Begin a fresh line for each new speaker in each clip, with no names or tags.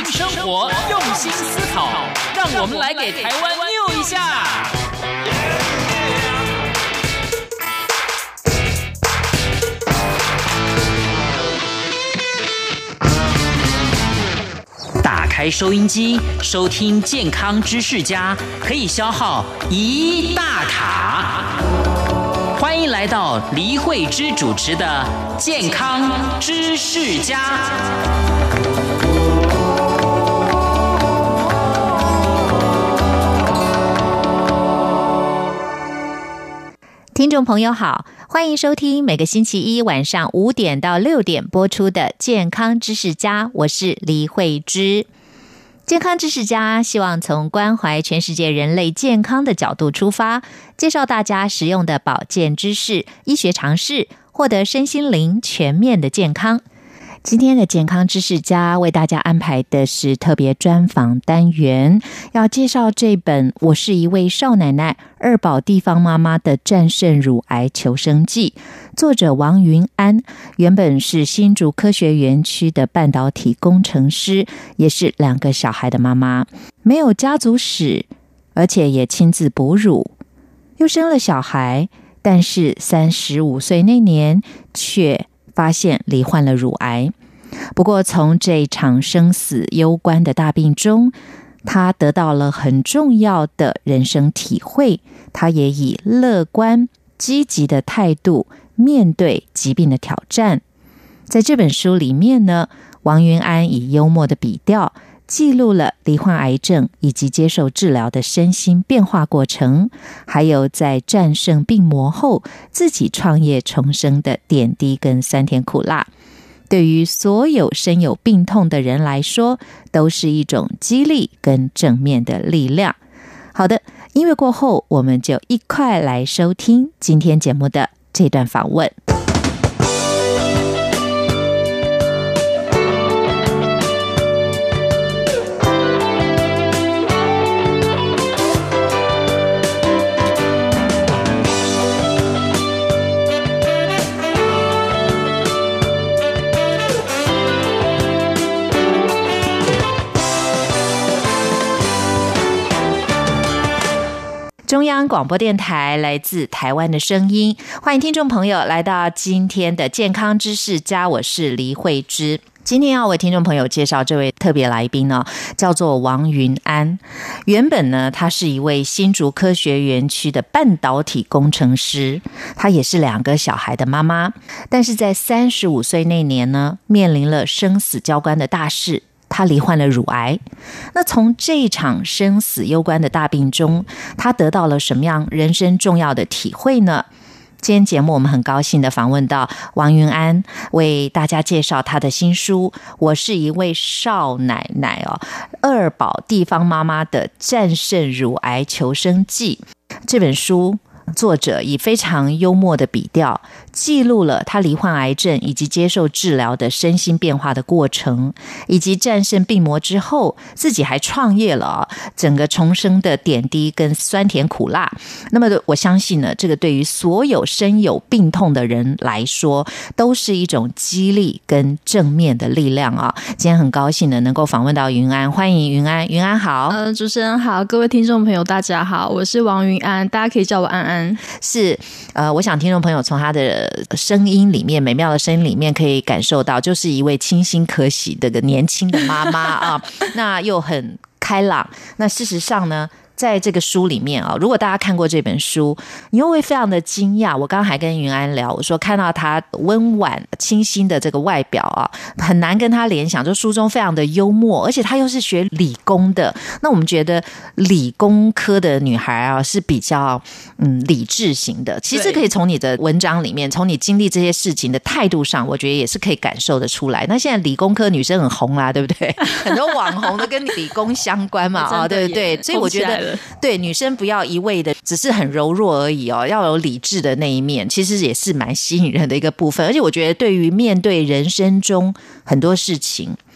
心生活，用心思考，让我们来给台湾 new 一下。打开收音机，收听健康知识家，可以消耗1大卡。欢迎来到黎慧芝主持的健康知识家。
听众朋友好，欢迎收听每个星期一晚上5点到6点播出的健康知识家，我是黎慧芝。健康知识家希望从关怀全世界人类健康的角度出发，介绍大家实用的保健知识、医学常识，获得身心灵全面的健康。今天的健康知识家为大家安排的是特别专访单元，要介绍这本《我是一位少奶奶，2宝地方妈妈的战胜乳癌求生记》，作者王云安，原本是新竹科学园区的半导体工程师，也是2个小孩的妈妈，没有家族史，而且也亲自哺乳，又生了小孩，但是35岁那年却发现罹患了乳癌。不过从这场生死攸关的大病中，他得到了很重要的人生体会，他也以乐观积极的态度面对疾病的挑战。在这本书里面呢，王云安以幽默的笔调记录了罹患癌症以及接受治疗的身心变化过程，还有在战胜病魔后自己创业重生的点滴跟酸甜苦辣。对于所有身有病痛的人来说，都是一种激励跟正面的力量。好的，音乐过后，我们就一块来收听今天节目的这段访问。中央广播电台来自台湾的声音，欢迎听众朋友来到今天的健康知识家，我是黎慧芝。今天要为听众朋友介绍这位特别来宾呢，叫做王云安。原本呢，他是一位新竹科学园区的半导体工程师，他也是2个小孩的妈妈，但是在35岁那年呢，面临了生死交关的大事，他罹患了乳癌。那从这一场生死攸关的大病中，他得到了什么样人生重要的体会呢？今天节目我们很高兴的访问到王云安，为大家介绍他的新书《我是一位少奶奶，2宝地方妈妈的战胜乳癌求生记》。这本书作者以非常幽默的笔调记录了他罹患癌症以及接受治疗的身心变化的过程，以及战胜病魔之后自己还创业了整个重生的点滴跟酸甜苦辣。那么我相信呢，这个对于所有身有病痛的人来说都是一种激励跟正面的力量啊。今天很高兴呢能够访问到云安，欢迎云安。云安好。
主持人好，各位听众朋友大家好，我是王云安，大家可以叫我安安。
是我想听众朋友从他的声音里面，美妙的声音里面可以感受到，就是一位清新可喜的年轻的妈妈啊，那又很开朗。那事实上呢，在这个书里面如果大家看过这本书，你又会非常的惊讶。我刚刚还跟云安聊，我说看到他温婉清新的这个外表很难跟他联想，就书中非常的幽默，而且他又是学理工的。那我们觉得理工科的女孩是比较理智型的，其实可以从你的文章里面，从你经历这些事情的态度上，我觉得也是可以感受得出来。那现在理工科女生很红啦，对不对？很多网红都跟理工相关嘛对不对？所以我觉得对女生不要一味的只是很柔弱而已要有理智的那一面，其实也是蛮吸引人的一个部分。而且我觉得对于面对人生中很多事情，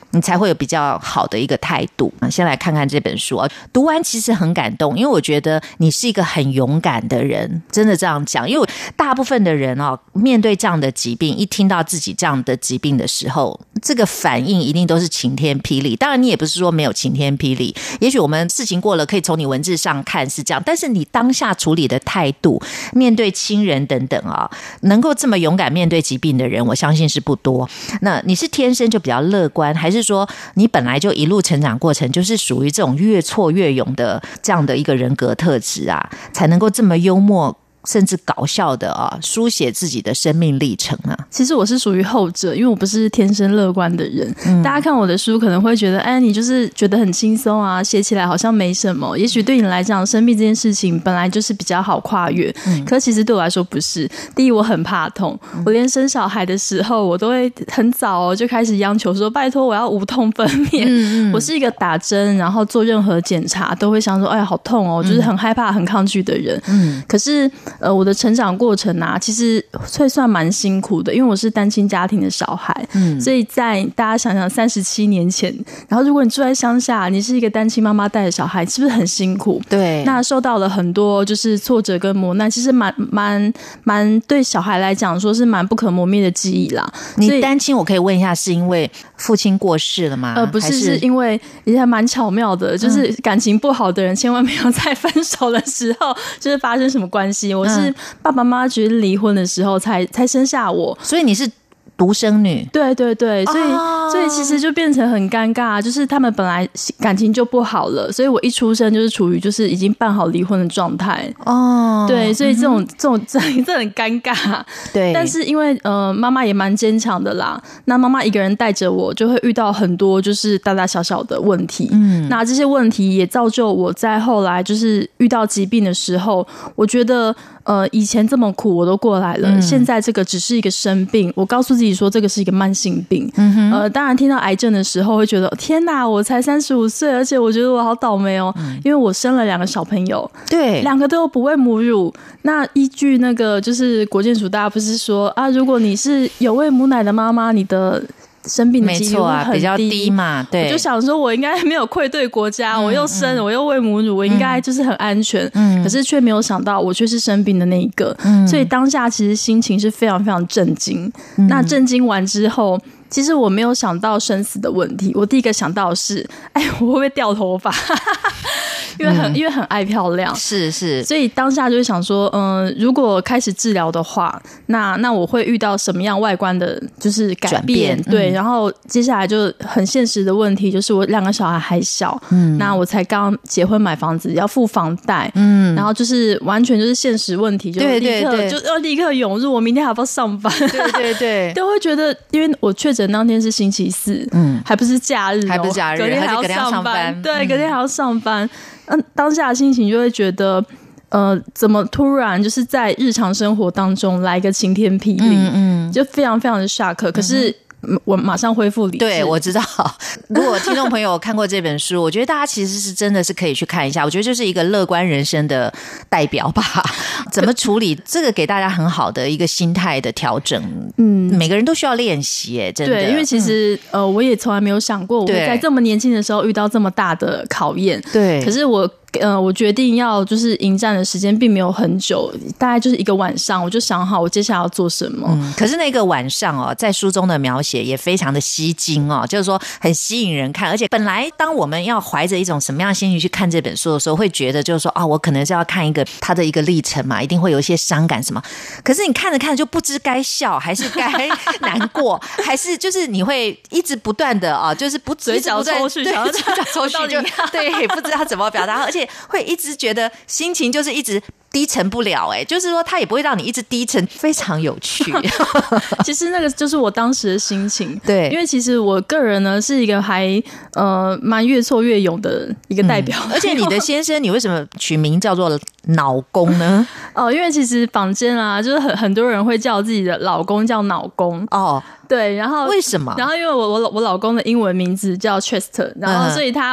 你才会有比较好的一个态度。先来看看这本书读完其实很感动，因为我觉得你是一个很勇敢的人，真的这样讲。因为大部分的人面对这样的疾病，一听到自己这样的疾病的时候，这个反应一定都是晴天霹雳。当然你也不是说没有晴天霹雳，也许我们事情过了可以从你文字上看是这样，但是你当下处理的态度，面对亲人等等能够这么勇敢面对疾病的人，我相信是不多。那你是天生就比较乐观，还是说你本来就一路成长过程就是属于这种越挫越勇的这样的一个人格特质才能够这么幽默甚至搞笑的书写自己的生命历程
其实我是属于后者，因为我不是天生乐观的人。大家看我的书可能会觉得你就是觉得很轻松写起来好像没什么，也许对你来讲生病这件事情本来就是比较好跨越，可其实对我来说不是。第一，我很怕痛，我连生小孩的时候我都会很早就开始央求说拜托我要无痛分娩。我是一个打针然后做任何检查都会想说好痛就是很害怕很抗拒的人。可是我的成长过程其实会算蛮辛苦的，因为我是单亲家庭的小孩，所以在大家想想37年前，然后如果你住在乡下，你是一个单亲妈妈带的小孩，是不是很辛苦？
对，
那受到了很多就是挫折跟磨难，其实蛮对小孩来讲说是蛮不可磨灭的记忆啦。
你单亲我可以问一下，是因为父亲过世了吗？
不是，是因为也还蛮巧妙的，就是感情不好的人千万没有在分手的时候就是发生什么关系。我是爸爸妈妈决定离婚的时候才生下我，
所以你是独生女。
对对对，所以其实就变成很尴尬，就是他们本来感情就不好了，所以我一出生就是处于就是已经办好离婚的状态。对，所以这种这很尴尬。对，但是因为妈妈也蛮坚强的啦，那妈妈一个人带着我，就会遇到很多就是大大小小的问题。那这些问题也造就我在后来就是遇到疾病的时候，我觉得以前这么苦我都过来了，现在这个只是一个生病，我告诉自己说这个是一个慢性病。当然听到癌症的时候会觉得天哪，我才35岁，而且我觉得我好倒霉因为我生了2个小朋友，对，2个都不喂母乳。那依据那个就是国健署，大家不是说如果你是有喂母奶的妈妈，你的生病的几率会很低，
比较低嘛。对，
我就想说我应该没有愧对国家，我又生我又喂母乳，我应该就是很安全。可是却没有想到我却是生病的那一个。所以当下其实心情是非常非常震惊。那震惊完之后，其实我没有想到生死的问题，我第一个想到的是我会不会掉头发因为很爱漂亮，是，所以当下就会想说如果开始治疗的话，那我会遇到什么样外观的就是改变。对，然后接下来就很现实的问题，就是我2个小孩还小，那我才刚结婚买房子要付房贷，然后就是完全就是现实问题，就立刻涌入，我明天还要不要上班？对都会觉得，因为我确诊当天是星期4，还不是假日，
还不是假日，
隔天还要上班，对，隔天还要上班。当下的心情就会觉得怎么突然就是在日常生活当中来个晴天霹雳，就非常非常的 shock。可是我马上恢复理智。
对，我知道。如果听众朋友看过这本书，我觉得大家其实是真的是可以去看一下。我觉得就是一个乐观人生的代表吧。怎么处理这个，给大家很好的一个心态的调整。每个人都需要练习，真的。对，
因为其实我也从来没有想过我会在这么年轻的时候遇到这么大的考验。对，可是我决定要就是迎战的时间并没有很久，大概就是1个晚上，我就想好我接下来要做什么。
可是那个晚上在书中的描写也非常的吸睛就是说很吸引人看。而且本来当我们要怀着一种什么样的心情去看这本书的时候，会觉得就是说我可能是要看一个他的一个历程嘛，一定会有一些伤感什么。可是你看着看着就不知该笑还是该难过，还是就是你会一直不断的就是不
嘴角抽搐，
对，嘴角抽搐就对，不知道怎么表达，而且会一直觉得心情就是一直低沉不了。就是说它也不会让你一直低沉，非常有趣。
其实那个就是我当时的心情。对，因为其实我个人呢是一个还蛮越挫越勇的一个代表。
而且你的先生，你为什么取名叫做脑公呢？
因为其实坊间就是很多人会叫自己的老公叫脑公。对，然后
为什么？
然后因为我老公的英文名字叫 Chester， 然后所以他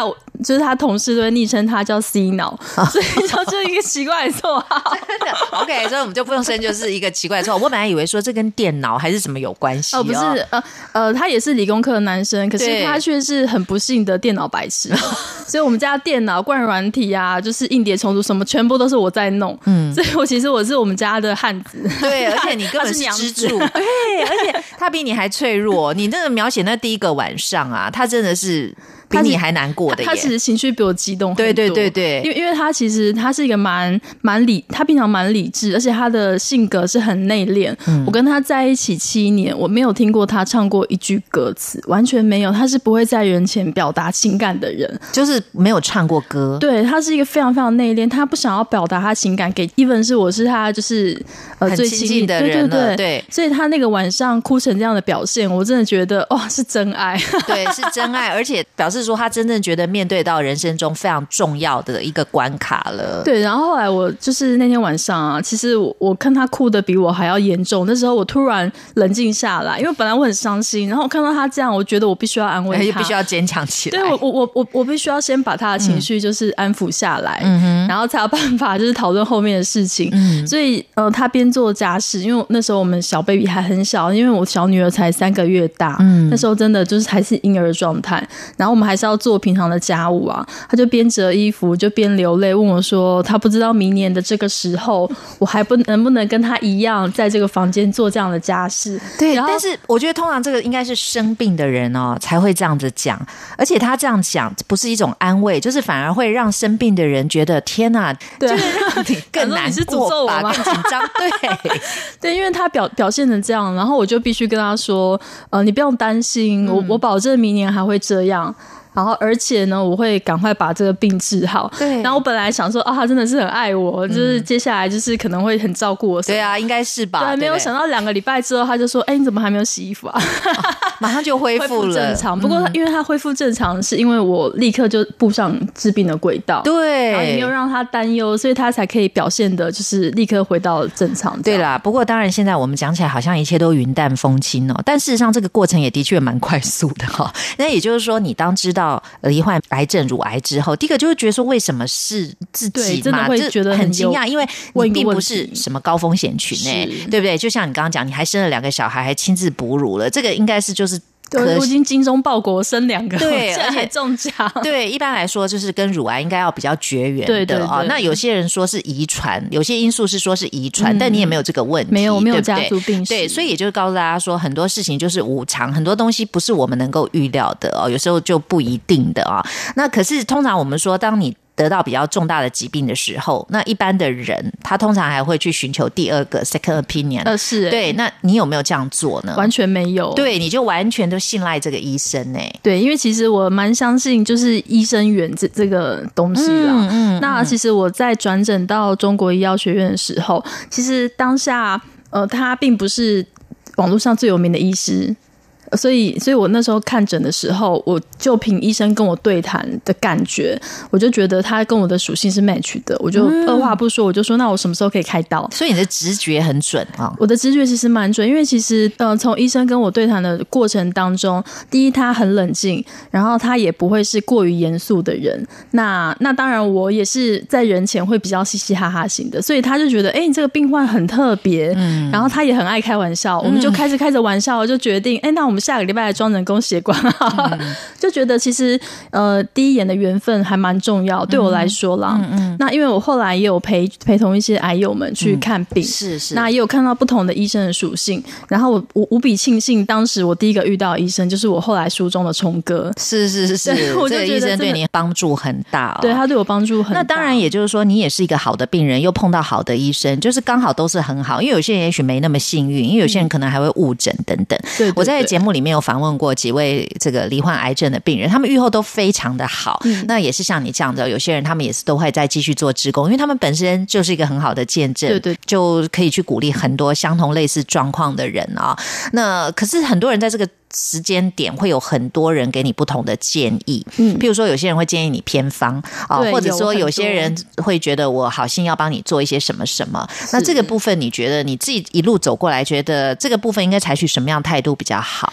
就是他同事都会昵称他叫 C 脑，所以就一个奇怪的绰号。
真的 OK， 所以我们就不用生就是一个奇怪的绰号。我本来以为说这跟电脑还是什么有关系
不是他也是理工科的男生，可是他却是很不幸的电脑白痴。所以我们家电脑灌软体啊，就是硬碟重组什么，全部都是我在弄。所以我是我们家的汉子。
对，而且你根本是支柱。对，而且他比你还脆弱。你那个描写那第一个晚上啊，他真的是比你还难过的耶。
他其实情绪比我激动很多。
对，
因为他其实他是一个蛮他平常蛮理智，而且他的性格是很内敛。我跟他在一起7年，我没有听过他唱过一句歌词，完全没有。他是不会在人前表达情感的人，
就是没有唱过歌。
对，他是一个非常非常内敛，他不想要表达他情感给even我是他就是最亲近
的人了。对，
所以他那个晚上哭成这样的表现，我真的觉得哇，是真爱。
对，是真爱，而且表示说他真正觉得面对到人生中非常重要的一个关卡了。
对，然后后来我就是那天晚上啊，其实我看他哭的比我还要严重，那时候我突然冷静下来，因为本来我很伤心，然后我看到他这样，我觉得我必须要安慰他，
必须要坚强起来。
对，我必须要先把他的情绪就是安抚下来，然后才有办法就是讨论后面的事情。所以他边做家事，因为那时候我们小 baby 还很小，因为我小女儿才3个月大，那时候真的就是还是婴儿状态，然后我们还是要做平常的家务啊。他就边折衣服就边流泪，问我说他不知道明年的这个时候我还能不能跟他一样在这个房间做这样的家事。
对，但是我觉得通常这个应该是生病的人哦才会这样子讲，而且他这样讲不是一种安慰，就是反而会让生病的人觉得天哪，就是让你更难过吧，更紧张。
对，因为他表现成这样，然后我就必须跟他说你不用担心，我保证明年还会这样。然后而且呢我会赶快把这个病治好。
对，
然后我本来想说他真的是很爱我，就是接下来就是可能会很照顾我。
对啊，应该是吧。
对，没有想到2个礼拜之后他就说你怎么还没有洗衣服啊？
马上就恢复了
正常。不过因为他恢复正常是因为我立刻就步上治病的轨道。
对，
然后也没有让他担忧，所以他才可以表现的就是立刻回到正常。
对啦，不过当然现在我们讲起来好像一切都云淡风轻哦，但事实上这个过程也的确蛮快速的那也就是说你当知道罹患癌症乳癌之后，第一个就会觉得说为什么是自己嘛，
真的会觉得
很惊讶，因为你并不是什么高风险群对不对？就像你刚刚讲，你还生了2个小孩，还亲自哺乳了，这个应该是就是
对，我已经精忠报国生2个，
对，
而且还中奖。
对，一般来说就是跟乳癌应该要比较绝缘的。对那有些人说是遗传，有些因素是说是遗传，但你也没有这个问题，
没有家族病史。
对，所以也就是告诉大家说，很多事情就是无常，很多东西不是我们能够预料的有时候就不一定的那可是通常我们说，当你得到比较重大的疾病的时候，那一般的人他通常还会去寻求第2个 second opinion。
是
对，那你有没有这样做呢？
完全没有。
对，你就完全都信赖这个医生
对，因为其实我蛮相信就是医生缘这个东西啦。那其实我在转诊到中国医药学院的时候，其实当下他并不是网络上最有名的医师。所以我那时候看诊的时候，我就凭医生跟我对谈的感觉，我就觉得他跟我的属性是 match 的，我就二话不说，我就说那我什么时候可以开刀？
所以你的直觉很准
我的直觉其实蛮准，因为其实从医生跟我对谈的过程当中，第一他很冷静，然后他也不会是过于严肃的人。那当然我也是在人前会比较嘻嘻哈哈型的，所以他就觉得你这个病患很特别，然后他也很爱开玩笑，我们就开着玩笑就决定那我们下个礼拜来装人工血管就觉得其实第一眼的缘分还蛮重要，对我来说啦。那因为我后来也有陪同一些癌友们去看病，
是
那也有看到不同的医生的属性，然后我无比庆幸当时我第一个遇到的医生就是我后来书中的冲哥。
是
我就觉得
这个医生对你帮助很大
对，他对我帮助很大。
那当然也就是说你也是一个好的病人，又碰到好的医生，就是刚好都是很好。因为有些人也许没那么幸运，因为有些人可能还会误诊等等。
对，
我在节目里面有访问过几位这个罹患癌症的病人，他们预后都非常的好。那也是像你这样的，有些人他们也是都会再继续做志工，因为他们本身就是一个很好的见证，
对，
就可以去鼓励很多相同类似状况的人那可是很多人在这个时间点会有很多人给你不同的建议，譬如说有些人会建议你偏方或者说有些人会觉得我好心要帮你做一些什么什么。那这个部分你觉得你自己一路走过来，觉得这个部分应该采取什么样态度比较好？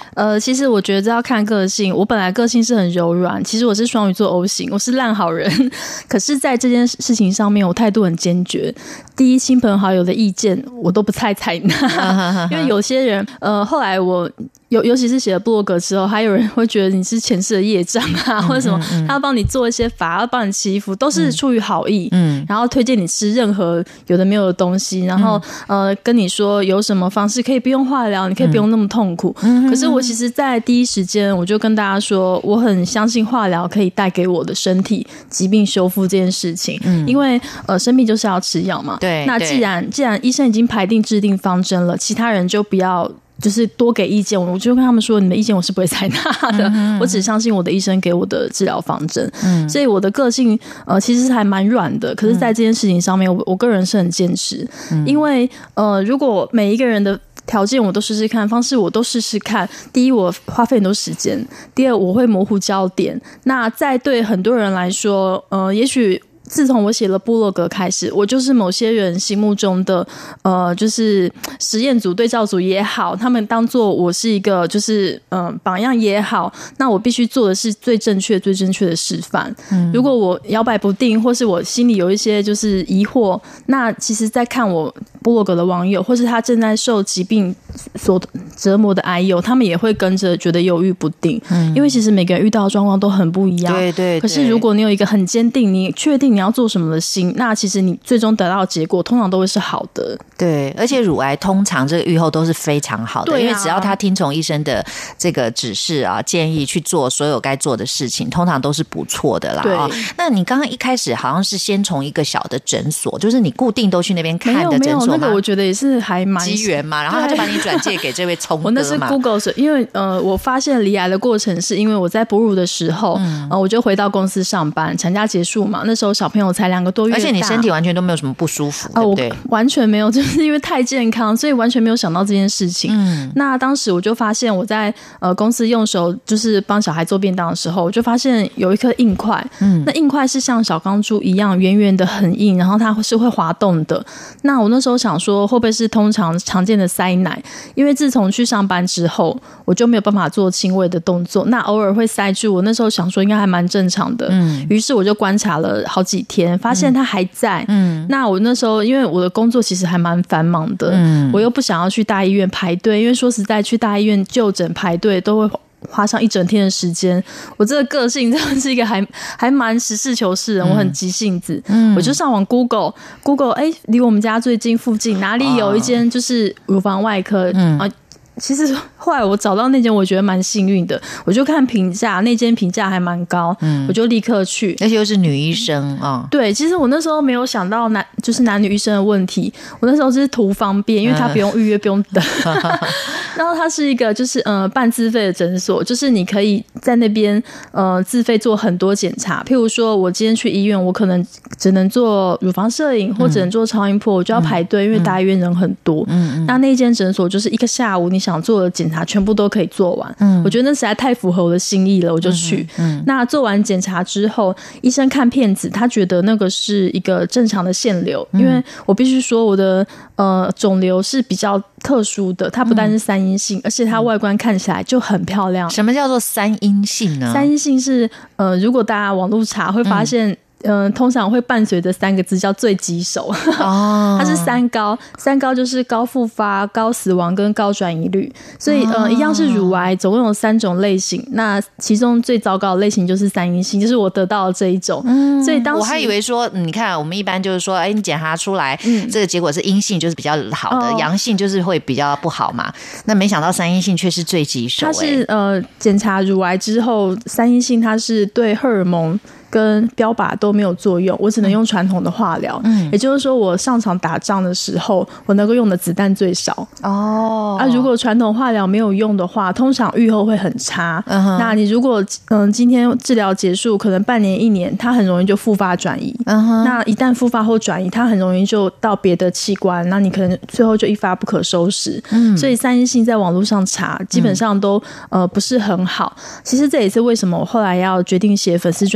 其实我觉得这要看个性。我本来个性是很柔软，其实我是双鱼座 O 型，我是烂好人。可是在这件事情上面，我态度很坚决。第一，亲朋好友的意见我都不太采纳，因为有些人，后来我。尤其是写了部落格之后，还有人会觉得你是前世的业障啊，或者什么，他要帮你做一些法，要帮你祈福，都是出于好意，然后推荐你吃任何有的没有的东西，然后跟你说有什么方式可以不用化疗，你可以不用那么痛苦。可是我其实在第一时间我就跟大家说，我很相信化疗可以带给我的身体疾病修复这件事情，因为生病就是要吃药嘛。
对，
那既然医生已经排定制定方针了，其他人就不要。就是多给意见，我就跟他们说，你们意见我是不会采纳的，我只相信我的医生给我的治疗方针。所以我的个性其实还蛮软的，可是在这件事情上面，我个人是很坚持，因为如果每一个人的条件我都试试看，方式我都试试看，第一我花费很多时间，第二我会模糊焦点。那在对很多人来说，也许自从我写了部落格开始，我就是某些人心目中的就是实验组对照组也好，他们当做我是一个就是榜样也好，那我必须做的是最正确的示范。如果我摇摆不定，或是我心里有一些就是疑惑，那其实在看我部落格的网友，或是他正在受疾病所折磨的癌友，他们也会跟着觉得犹豫不定，因为其实每个人遇到的状况都很不一样。对。可是如果你有一个很坚定，你确定你要做什么的心，那其实你最终得到的结果通常都会是好的。
对，而且乳癌通常这个预后都是非常好的，因为只要他听从医生的这个指示啊建议去做所有该做的事情，通常都是不错的啦。那你刚刚一开始好像是先从一个小的诊所，就是你固定都去那边看的诊所吗？
那个我觉得也是还蛮
机缘嘛，然后他就把你转介给这位聪哥嘛。
我那是 Google， 因为我发现罹癌的过程是因为我在哺乳的时候，我就回到公司上班，产假结束嘛，那时候小朋友才2个多月大，
而且你身体完全都没有什么不舒服，对不对？
我完全没有，就是因为太健康，所以完全没有想到这件事情。那当时我就发现我在公司用手就是帮小孩做便当的时候，我就发现有一颗硬块，那硬块是像小钢珠一样圆圆的很硬，然后它是会滑动的。那我那时候想说会不会是常见的塞奶，因为自从去上班之后我就没有办法做轻微的动作，那偶尔会塞住，我那时候想说应该还蛮正常的，于是我就观察了好几天，发现它还在。那我那时候因为我的工作其实还蛮繁忙的，我又不想要去大医院排队，因为说实在去大医院就诊排队都会花上一整天的时间。我这个个性真的是一个还蛮实事求是的人，我很急性子，我就上网 Google 离我们家最近附近哪里有一间就是乳房外科其实后来我找到那间，我觉得蛮幸运的。我就看评价，那间评价还蛮高，我就立刻去。
而且又是女医生啊。
对，其实我那时候没有想到就是男女医生的问题，我那时候只是图方便，因为他不用预约，不用等。然后它是一个就是半自费的诊所，就是你可以在那边自费做很多检查。譬如说我今天去医院，我可能只能做乳房摄影或者能做超音波，我就要排队，因为大医院人很多。那间诊所就是一个下午，你想做的检查全部都可以做完。我觉得那实在太符合我的心意了，我就去。那做完检查之后，医生看片子，他觉得那个是一个正常的腺瘤，因为我必须说我的肿瘤是比较特殊的，它不但是三阴性，而且它外观看起来就很漂亮。
什么叫做三阴性呢？
三阴性是如果大家网络查会发现通常会伴随着3个字叫最棘手。它是3高，3高就是高复发、高死亡跟高转移率。所以一样是乳癌，总共有3种类型，那其中最糟糕的类型就是三阴性，就是我得到的这一种。所以当时
我还以为说你看我们一般就是说你检查出来这个结果是阴性就是比较好的，阳性就是会比较不好嘛，那没想到三阴性却是最棘手。
它是检查乳癌之后，三阴性它是对荷尔蒙跟标靶都没有作用，我只能用传统的化疗。也就是说我上场打仗的时候，我能够用的子弹最少。如果传统化疗没有用的话，通常预后会很差。那你如果今天治疗结束，可能半年1年，它很容易就复发转移。那一旦复发或转移，它很容易就到别的器官，那你可能最后就一发不可收拾。所以三阴性在网络上查基本上都不是很好。其实这也是为什么我后来要决定写粉丝专页写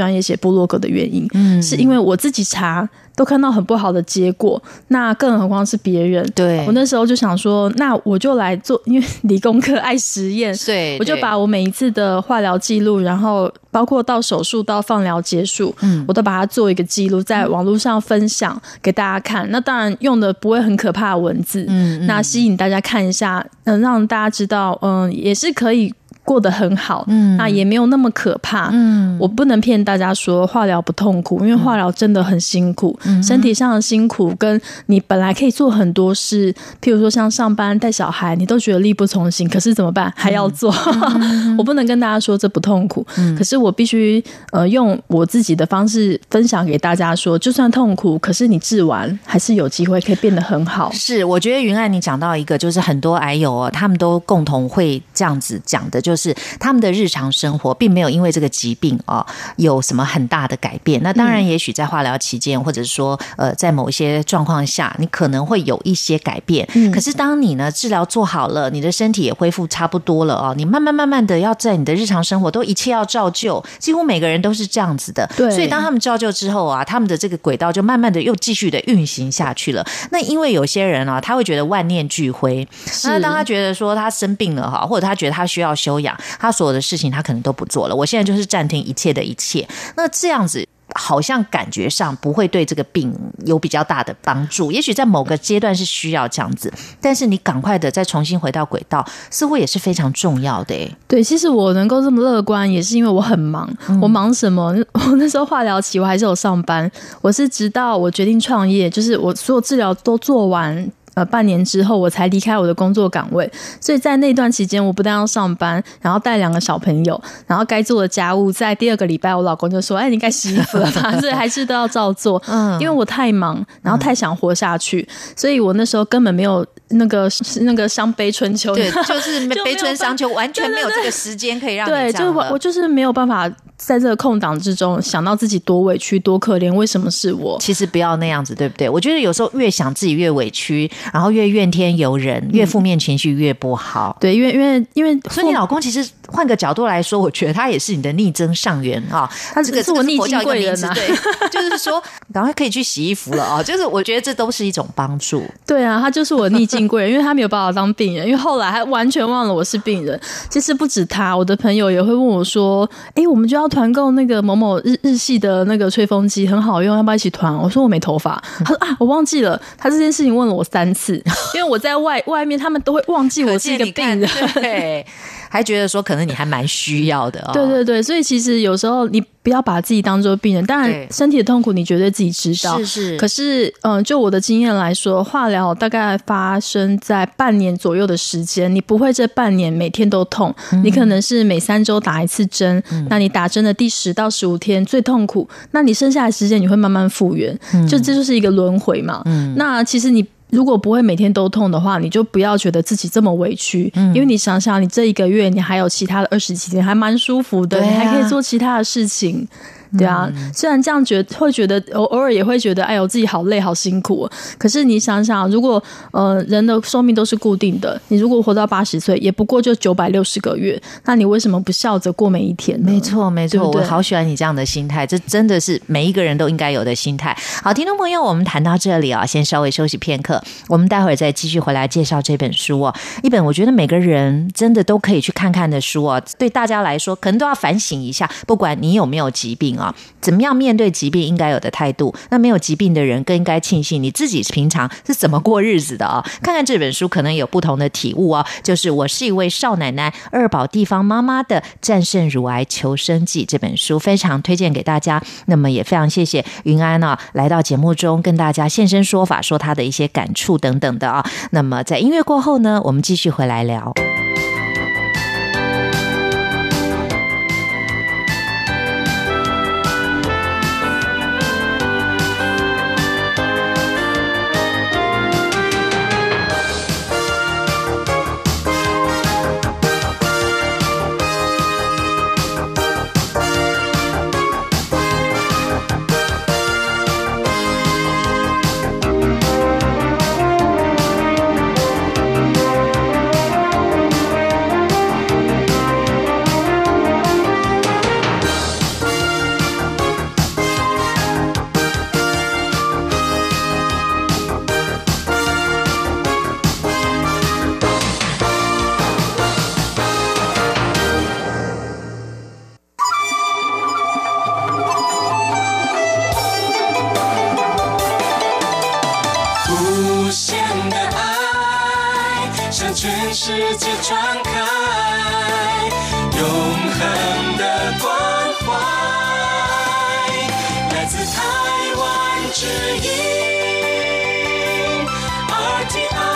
部落格的原因，是因为我自己查都看到很不好的结果，那更何况是别人。
对，
我那时候就想说，那我就来做，因为理工科爱实验，
对，
我就把我每一次的化疗记录，然后包括到手术到放疗结束，我都把它做一个记录，在网络上分享给大家看。那当然用的不会很可怕的文字，那吸引大家看一下，让大家知道，也是可以过得很好，那也没有那么可怕。我不能骗大家说化疗不痛苦，因为化疗真的很辛苦，身体上的辛苦跟你本来可以做很多事，譬如说像上班带小孩，你都觉得力不从心，可是怎么办？还要做。我不能跟大家说这不痛苦，可是我必须用我自己的方式分享给大家说，就算痛苦，可是你治完还是有机会可以变得很好。
是，我觉得云爱你讲到一个，就是很多癌友他们都共同会这样子讲的，就是他们的日常生活并没有因为这个疾病有什么很大的改变。那当然也许在化疗期间，或者说在某一些状况下你可能会有一些改变，可是当你呢治疗做好了，你的身体也恢复差不多了你慢慢的要在你的日常生活都一切要照旧，几乎每个人都是这样子的。对，所以当他们照旧之后他们的这个轨道就慢慢的又继续的运行下去了。那因为有些人他会觉得万念俱灰，那当他觉得说他生病了或者他觉得他需要休养，他所有的事情他可能都不做了，我现在就是暂停一切的一切。那这样子好像感觉上不会对这个病有比较大的帮助，也许在某个阶段是需要这样子，但是你赶快的再重新回到轨道，似乎也是非常重要的耶。
对，其实我能够这么乐观也是因为我很忙。我忙什么？我那时候化疗期我还是有上班，我是直到我决定创业，就是我所有治疗都做完半年之后我才离开我的工作岗位，所以在那段期间我不但要上班，然后带2个小朋友，然后该做的家务在第2个礼拜我老公就说你该洗衣服了吧，所以还是都要照做。因为我太忙，然后太想活下去，所以我那时候根本没有那个伤悲春秋，
对，就是悲春伤秋，完全没有这个时间可以让你这样了。
对，就是我就是没有办法在这个空档之中想到自己多委屈多可怜，为什么是我？
其实不要那样子，对不对？我觉得有时候越想自己越委屈，然后越怨天尤人，越负面情绪越不好。
对，因为
所以你老公其实换个角度来说，我觉得他也是你的逆增上缘
他这个是我逆境贵人
对，就是说赶快可以去洗衣服了就是我觉得这都是一种帮助。
对啊，他就是我逆境贵人，因为他没有把我当病人，因为后来他完全忘了我是病人。其实不止他，我的朋友也会问我说我们就要团购那个某某日系的那个吹风机很好用，要不要一起团？我说我没头发。他说我忘记了。他这件事情问了我3次，因为我在外面他们都会忘记我是一个病人。
对，还觉得说可能你还蛮需要的
对对对，所以其实有时候你不要把自己当作病人，当然身体的痛苦你绝对自己知道，
是。
可是就我的经验来说，化疗大概发生在半年左右的时间，你不会这半年每天都痛，你可能是每3周打1次针，那你打针的第10到15天最痛苦，那你剩下的时间你会慢慢复原，这就是一个轮回嘛。那其实你如果不会每天都痛的话，你就不要觉得自己这么委屈，因为你想想你这1个月你还有其他的20几天还蛮舒服的，你还可以做其他的事情。对啊，虽然这样会觉得偶尔也会觉得哎呦自己好累好辛苦，可是你想想如果人的寿命都是固定的，你如果活到80岁也不过就960个月，那你为什么不笑着过每一天呢？
没错没错，
对不对？
我好喜欢你这样的心态，这真的是每一个人都应该有的心态。好，听众朋友，我们谈到这里先稍微休息片刻，我们待会儿再继续回来介绍这本书一本我觉得每个人真的都可以去看看的书对大家来说可能都要反省一下，不管你有没有疾病怎么样面对疾病应该有的态度，那没有疾病的人更应该庆幸你自己平常是怎么过日子的看看这本书可能有不同的体悟就是我是一位少奶奶2宝地方妈妈的战胜乳癌求生记，这本书非常推荐给大家。那么也非常谢谢云安来到节目中跟大家现身说法，说她的一些感触等等的那么在音乐过后呢，我们继续回来聊。
声音 RTI。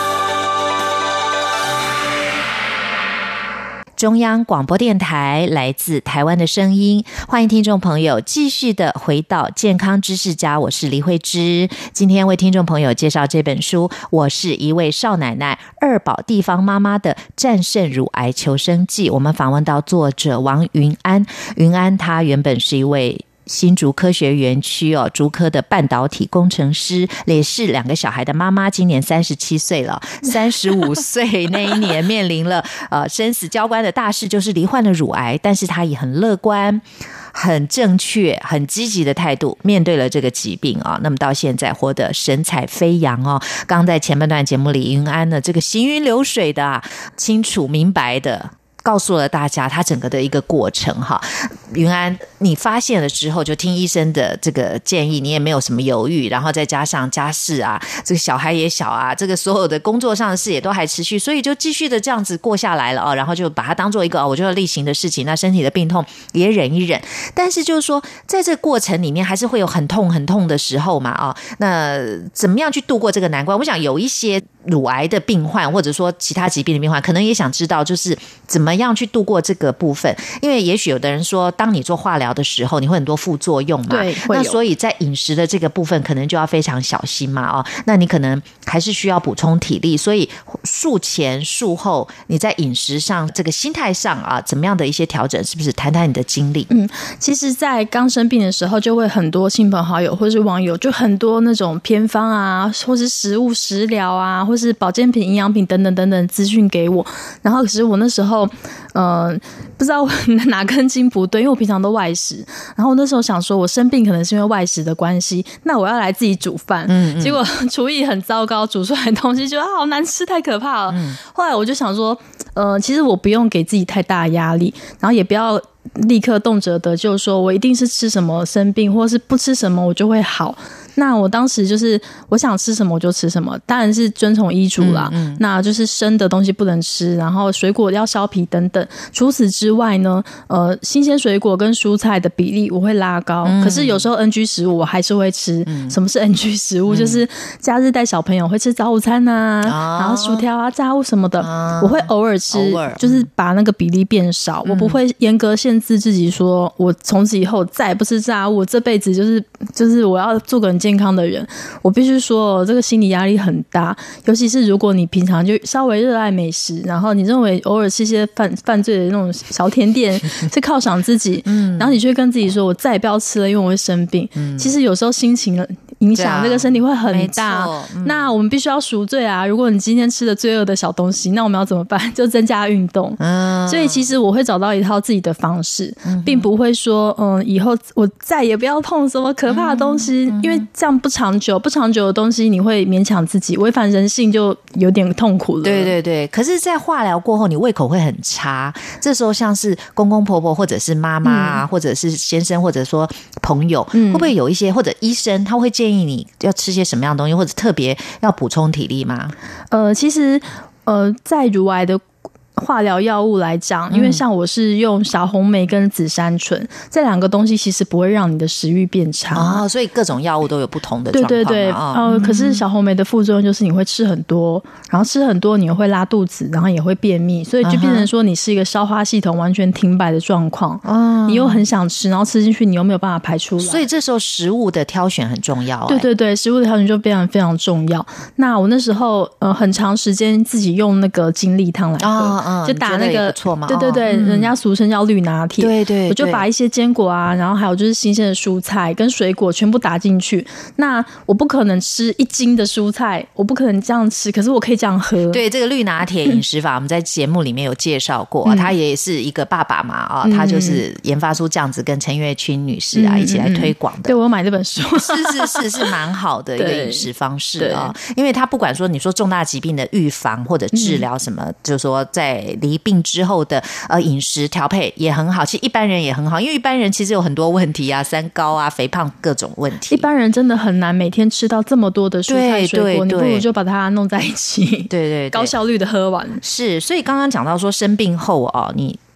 中央广播电台来自台湾的声音，欢迎听众朋友继续的回到健康知识家，我是黎慧芝。今天为听众朋友介绍这本书，我是一位少奶奶二宝地方妈妈的战胜乳癌求生记。我们访问到作者王云安，云安她原本是一位新竹科学园区竹科的半导体工程师，也是2个小孩的妈妈，今年37岁了。35岁那一年面临了生死交关的大事，就是罹患了乳癌，但是她以很乐观、很正确、很积极的态度面对了这个疾病那么到现在活得神采飞扬刚在前半段节目里，云安的这个行云流水的清楚明白的告诉了大家他整个的一个过程云安，你发现了之后就听医生的这个建议，你也没有什么犹豫，然后再加上家事这个小孩也小这个所有的工作上的事也都还持续，所以就继续的这样子过下来了然后就把它当做一个我觉得例行的事情，那身体的病痛也忍一忍，但是就是说在这个过程里面还是会有很痛很痛的时候嘛那怎么样去度过这个难关？我想有一些乳癌的病患或者说其他疾病的病患可能也想知道就是怎么样去度过这个部分，因为也许有的人说当你做化疗的时候你会很多副作用嘛，
对，
那所以在饮食的这个部分可能就要非常小心嘛那你可能还是需要补充体力，所以术前术后你在饮食上这个心态上怎么样的一些调整，是不是谈谈你的经历？
其实在刚生病的时候就会很多亲朋好友或是网友就很多那种偏方或是食物食疗或是保健品营养品等等等等资讯给我，然后可是我那时候不知道哪根筋不对，因为我平常都外食，然后我那时候想说我生病可能是因为外食的关系，那我要来自己煮饭结果厨艺很糟糕，煮出来的东西觉得好难吃，太可怕了后来我就想说其实我不用给自己太大的压力，然后也不要立刻动辄得救，说我一定是吃什么生病或是不吃什么我就会好。那我当时就是我想吃什么我就吃什么，当然是遵从医嘱啦那就是生的东西不能吃，然后水果要削皮等等。除此之外呢新鲜水果跟蔬菜的比例我会拉高可是有时候 NG 食物我还是会吃什么是 NG 食物就是假日带小朋友会吃早午餐然后薯条炸物什么的我会偶尔吃就是把那个比例变少我不会严格限制自己说我从此以后再也不吃炸物，我这辈子就是我要做个很健康的人。我必须说这个心理压力很大，尤其是如果你平常就稍微热爱美食，然后你认为偶尔吃些犯罪的那种小甜点是犒赏自己然后你就会跟自己说我再也不要吃了，因为我会生病其实有时候心情影响这个身体会很大那我们必须要赎罪如果你今天吃了罪恶的小东西，那我们要怎么办？就增加运动所以其实我会找到一套自己的方式并不会说以后我再也不要碰什么可怕的东西因为这样不长久的东西你会勉强自己，违反人性就有点痛苦了。
对对对，可是在化疗过后你胃口会很差，这时候像是公公婆婆或者是妈妈或者是先生或者说朋友会不会有一些或者医生他会建议你要吃些什么样的东西，或者特别要补充体力吗？
其实在乳癌的化疗药物来讲，因为像我是用小红莓跟紫杉醇这2个东西其实不会让你的食欲变差
所以各种药物都有不同的状况。
对对对可是小红莓的副作用就是你会吃很多，然后吃很多你会拉肚子，然后也会便秘，所以就变成说你是一个消化系统完全停摆的状况你又很想吃，然后吃进去你又没有办法排出来，
所以这时候食物的挑选很重要对
对对，食物的挑选就非常非常重要。那我那时候很长时间自己用那个精力汤来喝就打那个对对对人家俗称叫绿拿铁
对对，
我就把一些坚果然后还有就是新鲜的蔬菜跟水果全部打进去。那我不可能吃1斤的蔬菜，我不可能这样吃，可是我可以这样喝。
对，这个绿拿铁饮食法我们在节目里面有介绍过他也是一个爸爸嘛他就是研发出这样子跟陈月君女士一起来推广的。
对，我有买这本书
是蛮好的一个饮食方式因为他不管说你说重大疾病的预防或者治疗什么就是说在离病之后的饮食调配也很好，其实一般人也很好，因为一般人其实有很多问题三高肥胖各种问题，
一般人真的很难每天吃到这么多的蔬菜水果，你不如就把它弄在一起
对对对，
高效率的喝完。
是，所以刚刚讲到说生病后你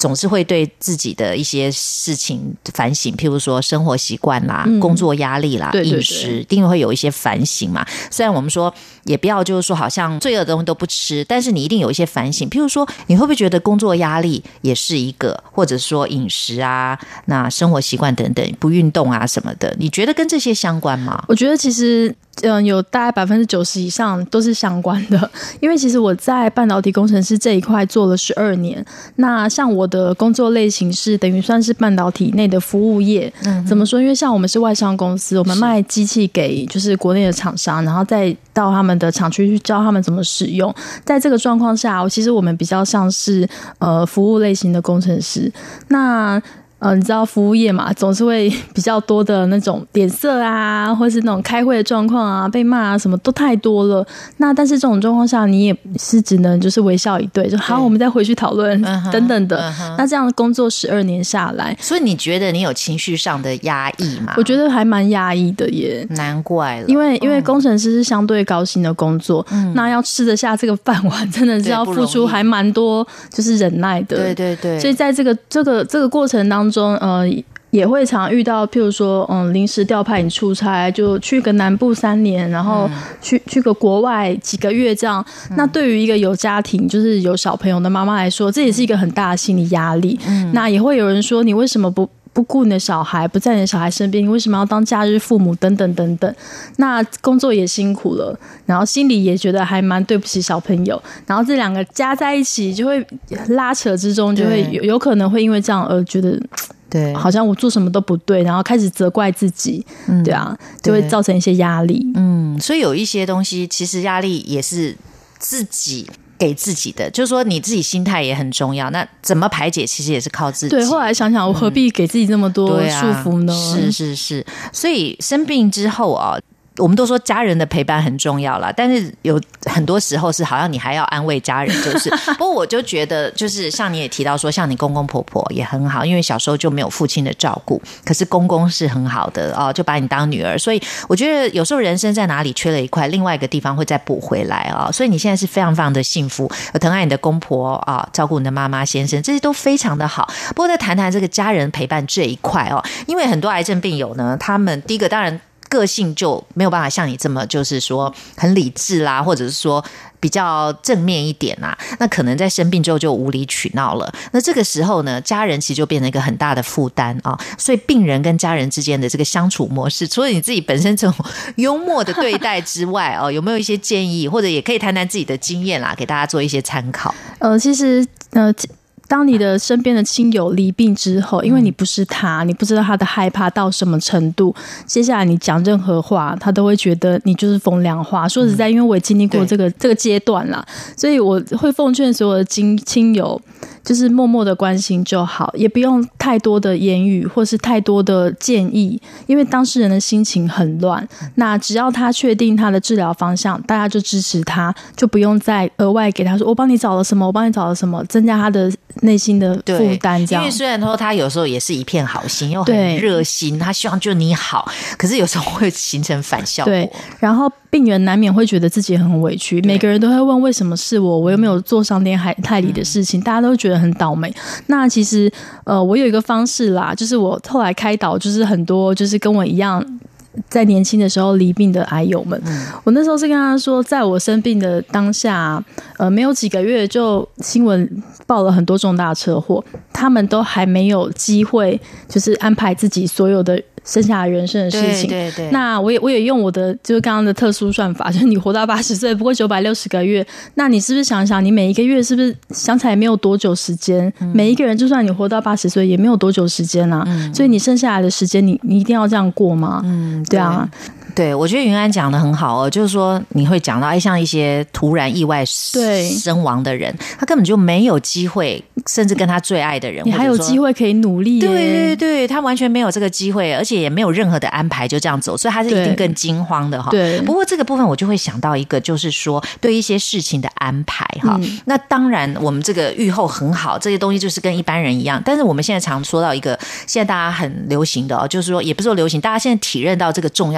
总是会对自己的一些事情反省，譬如说生活习惯啦、工作压力啦、饮食，一定会有一些反省嘛。虽然我们说也不要就是说好像罪恶的东西都不吃，但是你一定有一些反省。譬如说，你会不会觉得工作压力也是一个，或者说饮食啊、那生活习惯等等，不运动啊什么的，你觉得跟这些相关吗？
我觉得其实有大概90%以上都是相关的，因为其实我在半导体工程师这一块做了12年。那像我的工作类型是等于算是半导体内的服务业，怎么说？因为像我们是外商公司，我们卖机器给就是国内的厂商，然后再到他们的厂区去教他们怎么使用。在这个状况下，其实我们比较像是服务类型的工程师。那你知道服务业嘛，总是会比较多的那种脸色啊，或是那种开会的状况啊，被骂啊，什么都太多了。那但是这种状况下，你也是只能就是微笑以对，就好，我们再回去讨论等等的。那这样工作12年下来，
所以你觉得你有情绪上的压抑吗？
我觉得还蛮压抑的耶。
难怪了，
因为工程师是相对高薪的工作，那要吃得下这个饭碗，真的是要付出还蛮多，就是忍耐的。
对对对。
所以在这个过程当中，也会常遇到，譬如说，临时调派你出差，就去个南部3年，然后去个国外几个月这样。那对于一个有家庭，就是有小朋友的妈妈来说，这也是一个很大的心理压力。那也会有人说，你为什么不顾你的小孩，不在你的小孩身边，你为什么要当假日父母等等等等。那工作也辛苦了，然后心里也觉得还蛮对不起小朋友，然后这两个加在一起就会拉扯之中，就会有可能会因为这样而觉得对，好像我做什么都不对，然后开始责怪自己，对啊，就会造成一些压力。
所以有一些东西其实压力也是自己给自己的，就是说你自己心态也很重要，那怎么排解其实也是靠自己。
对，后来想想我何必给自己这么多束缚呢？
是，所以生病之后啊，我们都说家人的陪伴很重要啦，但是有很多时候是好像你还要安慰家人，就是不过我就觉得就是像你也提到说，像你公公婆婆也很好，因为小时候就没有父亲的照顾，可是公公是很好的哦，就把你当女儿，所以我觉得有时候人生在哪里缺了一块，另外一个地方会再补回来哦，所以你现在是非常非常的幸福，有疼爱你的公婆啊，照顾你的妈妈先生，这些都非常的好。不过再谈谈这个家人陪伴这一块哦，因为很多癌症病友呢，他们第一个当然个性就没有办法像你这么就是说很理智啦，或者是说比较正面一点啦，那可能在生病之后就无理取闹了。那这个时候呢，家人其实就变成一个很大的负担啊。所以病人跟家人之间的这个相处模式，除了你自己本身这种幽默的对待之外有没有一些建议，或者也可以谈谈自己的经验啦，给大家做一些参考？
其实当你的身边的亲友离病之后，因为你不是他，你不知道他的害怕到什么程度，接下来你讲任何话他都会觉得你就是风凉话。说实在，因为我也经历过这个阶段啦，所以我会奉劝所有的亲友，就是默默的关心就好，也不用太多的言语或是太多的建议，因为当事人的心情很乱。那只要他确定他的治疗方向，大家就支持他，就不用再额外给他说我帮你找了什么，我帮你找了什么，增加他的内心的负担。这样，
因为虽然说他有时候也是一片好心，又很热心，他希望就你好，可是有时候会形成反效果。
对，然后病人难免会觉得自己很委屈，每个人都会问为什么是我又没有做伤天害理的事情，大家都会觉得很倒霉。那其实我有一个方式啦，就是我后来开导，就是很多就是跟我一样在年轻的时候离病的癌友们，我那时候是跟他说，在我生病的当下，没有几个月就新闻报了很多重大车祸，他们都还没有机会就是安排自己所有的剩下的人生的事情。
对对对。
那我也用我的就是刚刚的特殊算法，就是你活到80岁，不过960个月，那你是不是想想，你每一个月是不是想起来没有多久时间？每一个人就算你活到80岁，也没有多久时间啊。所以你剩下来的时间，你一定要这样过吗？对啊。
对，我觉得云安讲的很好就是说你会讲到像一些突然意外身亡的人，他根本就没有机会，甚至跟他最爱的人，
你还有机会可以努力耶。
对对对，他完全没有这个机会，而且也没有任何的安排，就这样走，所以他是一定更惊慌的哈。对。不过这个部分我就会想到一个，就是说对一些事情的安排哈。那当然我们这个预后很好，这些东西就是跟一般人一样，但是我们现在常说到一个现在大家很流行的就是说也不是说流行，大家现在体认到这个重要性，就叫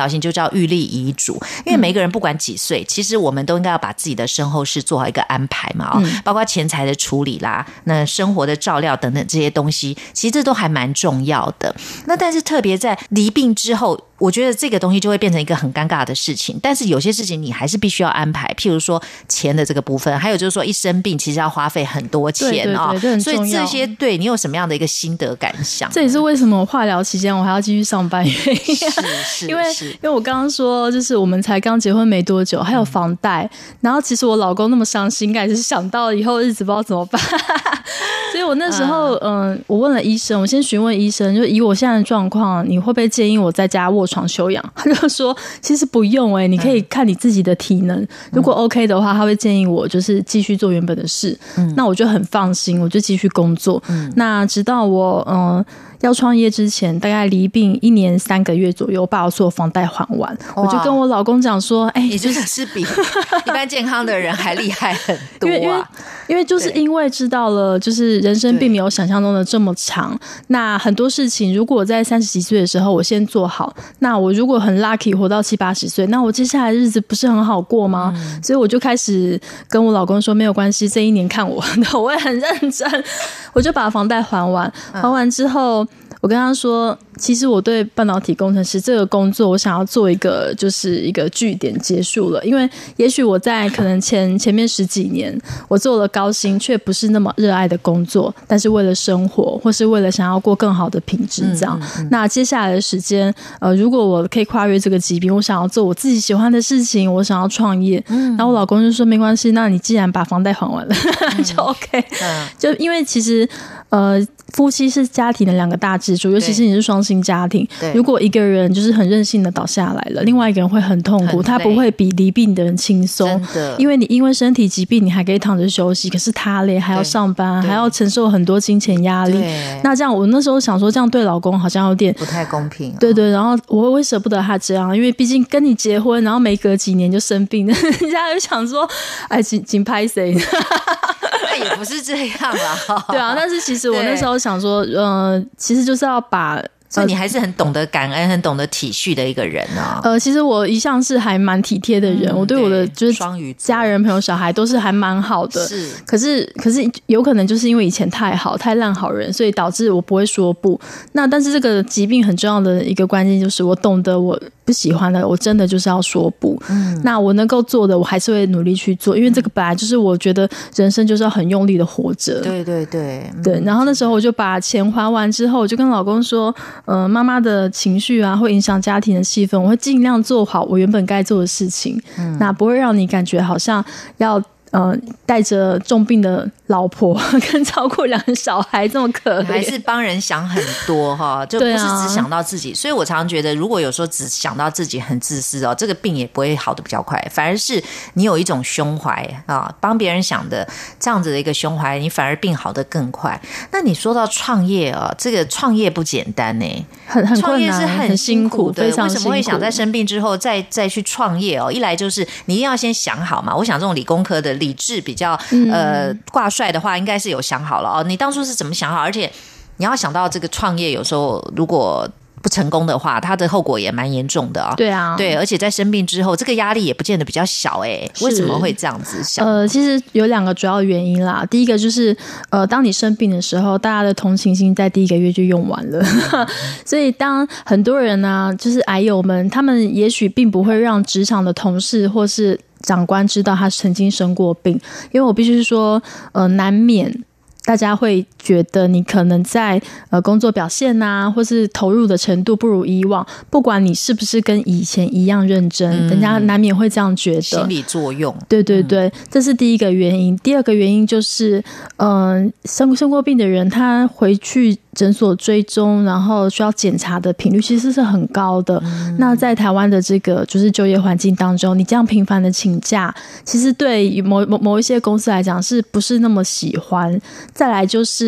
要预立遗嘱，因为每个人不管几岁，其实我们都应该要把自己的身后事做好一个安排嘛，包括钱财的处理啦，那生活的照料等等这些东西，其实这都还蛮重要的。那但是特别在离病之后，我觉得这个东西就会变成一个很尴尬的事情，但是有些事情你还是必须要安排，譬如说钱的这个部分，还有就是说一生病其实要花费很多钱啊，所以这些对你有什么样的一个心得感想？
这也是为什么化疗期间我还要继续上班原因，
是
因为我刚刚说就是我们才刚结婚没多久，还有房贷，然后其实我老公那么伤心，应该是想到以后日子不知道怎么办。所以我那时候我问了医生，我先询问医生，就以我现在的状况，你会不会建议我在家卧床休养？他就说其实不用你可以看你自己的体能，如果 OK 的话，他会建议我就是继续做原本的事。那我就很放心，我就继续工作。那直到我要创业之前，大概离病1年3个月左右，把我所有房贷还完。我就跟我老公讲说，
你就是比一般健康的人还厉害很多啊。
因为就是因为知道了，就是人生并没有想象中的这么长。那很多事情，如果我在30几岁的时候我先做好，那我如果很 lucky 活到70、80岁，那我接下来的日子不是很好过吗？所以我就开始跟我老公说，没有关系，这1年看我的，我也很认真，我就把房贷还完。还完之后，我跟他说，其实我对半导体工程师这个工作，我想要做一个就是一个据点结束了。因为也许我在可能前面10几年，我做了高薪却不是那么热爱的工作，但是为了生活或是为了想要过更好的品质这样。那接下来的时间，如果我可以跨越这个疾病，我想要做我自己喜欢的事情，我想要创业。然后我老公就说没关系，那你既然把房贷还完了就 OK。就因为其实夫妻是家庭的2个大支柱，尤其是你是双薪家庭，如果一个人就是很任性的倒下来了，另外一个人会很痛苦，他不会比离病的人轻松。因为你因为身体疾病你还可以躺着休息，可是他累，还要上班，还要承受很多金钱压力。那这样我那时候想说，这样对老公好像有点
不太公平。
对，然后我会舍不得他这样，因为毕竟跟你结婚，然后没隔几年就生病，人家就想说，哎，紧拍谁？
那也不是这样啦。
对啊，但是其实我那时候想说，其实就是要把。
所以你还是很懂得感恩、很懂得体恤的一个人啊。
其实我一向是还蛮体贴的人，我对我的就是家人、朋友、小孩都是还蛮好的。是，可是有可能就是因为以前太好、太烂好人，所以导致我不会说不。那但是这个疾病很重要的一个关键就是我懂得我不喜欢的，我真的就是要说不。那我能够做的，我还是会努力去做，因为这个本来就是我觉得人生就是要很用力的活着。对。然后那时候我就把钱还完之后，我就跟老公说。妈妈的情绪啊，会影响家庭的气氛，我会尽量做好我原本该做的事情，那不会让你感觉好像要带着重病的老婆跟照顾2个小孩这么可怜，
还是帮人想很多哈，就不是只想到自己。所以我常常觉得，如果有时候只想到自己很自私这个病也不会好的比较快，反而是你有一种胸怀啊，帮别人想的这样子的一个胸怀，你反而病好的更快。那你说到创业这个创业不简单呢，
很
创业是很辛苦的，
非常辛苦。
为什么会想在生病之后再去创业一来就是你一定要先想好嘛。我想这种理工科的理智比较挂帅的话，应该是有想好了你当初是怎么想好？而且你要想到这个创业有时候如果不成功的话，它的后果也蛮严重的
对啊，
对，而且在生病之后，这个压力也不见得比较小为什么会这样子想？
其实有2个主要原因啦。第一个就是当你生病的时候，大家的同情心在第1个月就用完了，所以当很多人呢，就是癌友们，他们也许并不会让职场的同事或是长官知道他曾经生过病，因为我必须说，难免大家会觉得你可能在工作表现啊，或是投入的程度不如以往，不管你是不是跟以前一样认真，人家难免会这样觉得，
心理作用。
对，这是第1个原因。第2个原因就是生过病的人，他回去诊所追踪，然后需要检查的频率其实是很高的。那在台湾的这个就是就业环境当中，你这样频繁的请假，其实对某一些公司来讲是不是那么喜欢？再来就是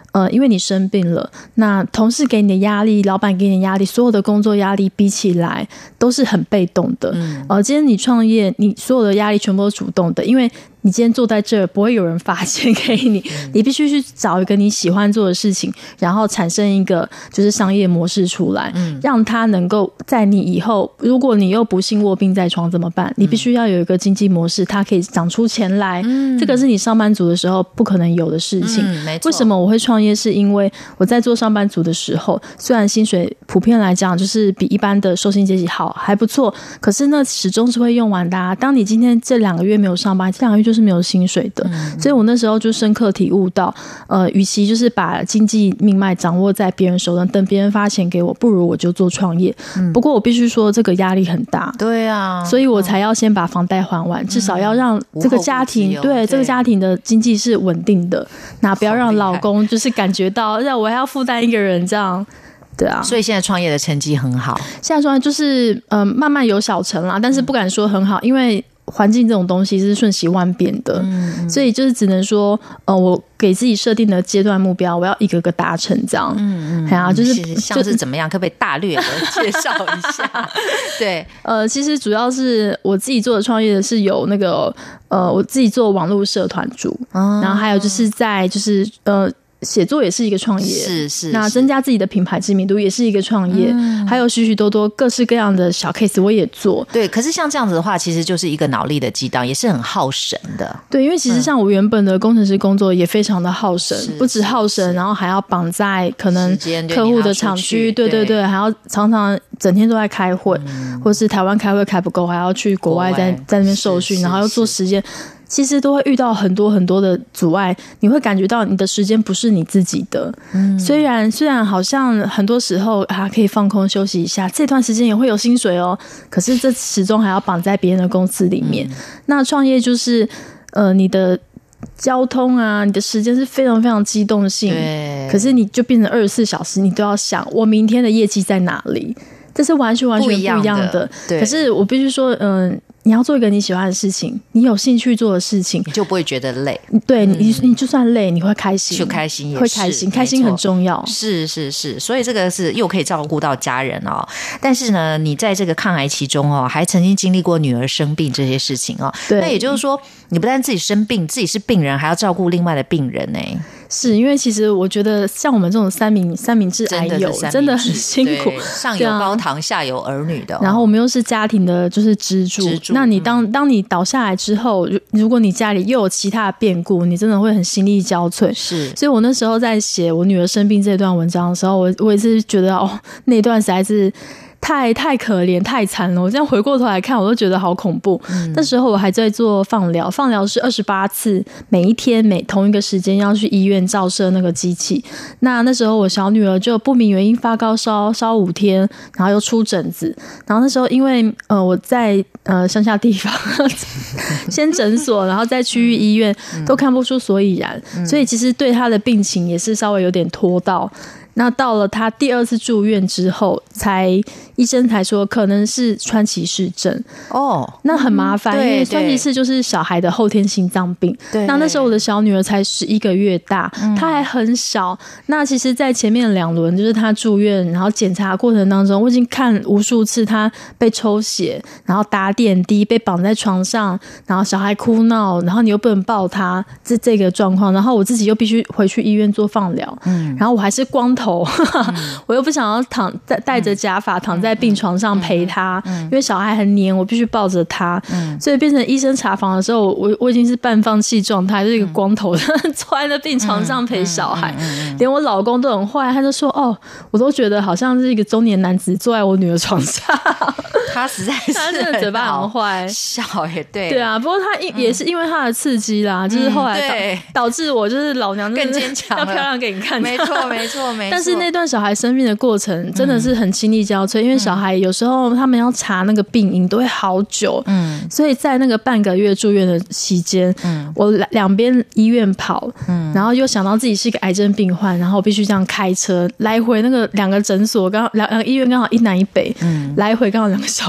因为你生病了，那同事给你的压力，老板给你的压力，所有的工作压力比起来都是很被动的。今天你创业，你所有的压力全部都主动的，因为你今天坐在这儿，不会有人发钱给你，你必须去找一个你喜欢做的事情，然后产生一个就是商业模式出来，让它能够在你以后，如果你又不幸卧病在床怎么办？你必须要有一个经济模式，它可以长出钱来。这个是你上班族的时候不可能有的事情。
没错。
为什么我会创业？是因为我在做上班族的时候，虽然薪水普遍来讲就是比一般的受薪阶级好，还不错，可是那始终是会用完的啊。当你今天这2个月没有上班，这2个月就是没有薪水的。所以我那时候就深刻体悟到，与其就是把经济命脉掌握在别人手上，等别人发钱给我，不如我就做创业。不过我必须说，这个压力很大。
对啊，
所以我才要先把房贷还完，至少要让这个家庭对这个家庭的经济是稳定的，那不要让老公就是感觉到让我还要负担一个人这样。对啊，
所以现在创业的成绩很好。
现在创业就是慢慢有小成啦，但是不敢说很好，因为环境这种东西是瞬息万变的，所以就是只能说，我给自己设定的阶段目标，我要一个个达成这样。就是
像是怎么样，可不可以大略的介绍一下？对，
其实主要是我自己做的创业的是有那个我自己做网络社团主，然后还有就是在就是写作也是一个创业，是那增加自己的品牌知名度也是一个创业，还有许许多多各式各样的小 case 我也做。
对，可是像这样子的话，其实就是一个脑力的激荡，也是很耗神的。
对，因为其实像我原本的工程师工作也非常的耗神，不止耗神，然后还要绑在可能客户的厂区，对，还要常常整天都在开会，或是台湾开会开不够，还要去国外在那边受训，然后要做实践。其实都会遇到很多很多的阻碍，你会感觉到你的时间不是你自己的。虽然好像很多时候可以放空休息一下，这段时间也会有薪水哦，可是这始终还要绑在别人的公司里面。那创业就是你的交通啊，你的时间是非常非常机动性，可是你就变成24小时，你都要想我明天的业绩在哪里，这是完全不一样的。可是我必须说，你要做一个你喜欢的事情，你有兴趣做的事情，
你就不会觉得累。
对，你就算累，你会开心，
就开心也是，
会开心，开心很重要。
是，所以这个是又可以照顾到家人哦。但是呢，你在这个抗癌期中哦，还曾经经历过女儿生病这些事情哦。
对，
那也就是说，你不但自己生病，自己是病人，还要照顾另外的病人呢。
是因为其实我觉得像我们这种三明治癌友真的很辛苦，
上有高堂，下有儿女的。
然后我们又是家庭的就是支柱。那你当你倒下来之后，如果你家里又有其他的变故，你真的会很心力交瘁。
是，
所以我那时候在写我女儿生病这段文章的时候，我也是觉得那段实在是太可怜太惨了，我这样回过头来看我都觉得好恐怖。那时候我还在做放疗是28次，每一天同一个时间要去医院照射那个机器。那时候我小女儿就不明原因发高烧5天，然后又出疹子。然后那时候因为我在乡下地方先诊所然后再区域医院都看不出所以然，所以其实对她的病情也是稍微有点拖到。那到了他第2次住院之后，医生才说可能是川崎氏症那很麻烦，因为川崎氏就是小孩的后天心脏病。那时候我的小女儿才11个月大，她还很小。那其实在前面2轮就是她住院然后检查过程当中，我已经看无数次她被抽血，然后打点滴，被绑在床上，然后小孩哭闹，然后你又不能抱她，这个状况，然后我自己又必须回去医院做放疗，然后我还是光头我又不想要戴着假发躺在病床上陪他，因为小孩很黏，我必须抱着他，所以变成医生查房的时候，我已经是半放弃状态，就是一个光头坐在那病床上陪小孩，连我老公都很坏，他就说我都觉得好像是一个中年男子坐在我女儿床上
他实在是
他真的嘴巴很坏，
笑也
对啊，不过他也是因为他的刺激啦，就是后来导致我就是老娘
更坚强了，
要漂亮给你看，
没错。
但是那段小孩生病的过程真的是很心力交瘁，因为小孩有时候他们要查那个病因都会好久，所以在那个半个月住院的期间，我2边医院跑，然后又想到自己是一个癌症病患，然后我必须这样开车来回那个2个诊所，2个医院刚好一南一北，来回刚好2个小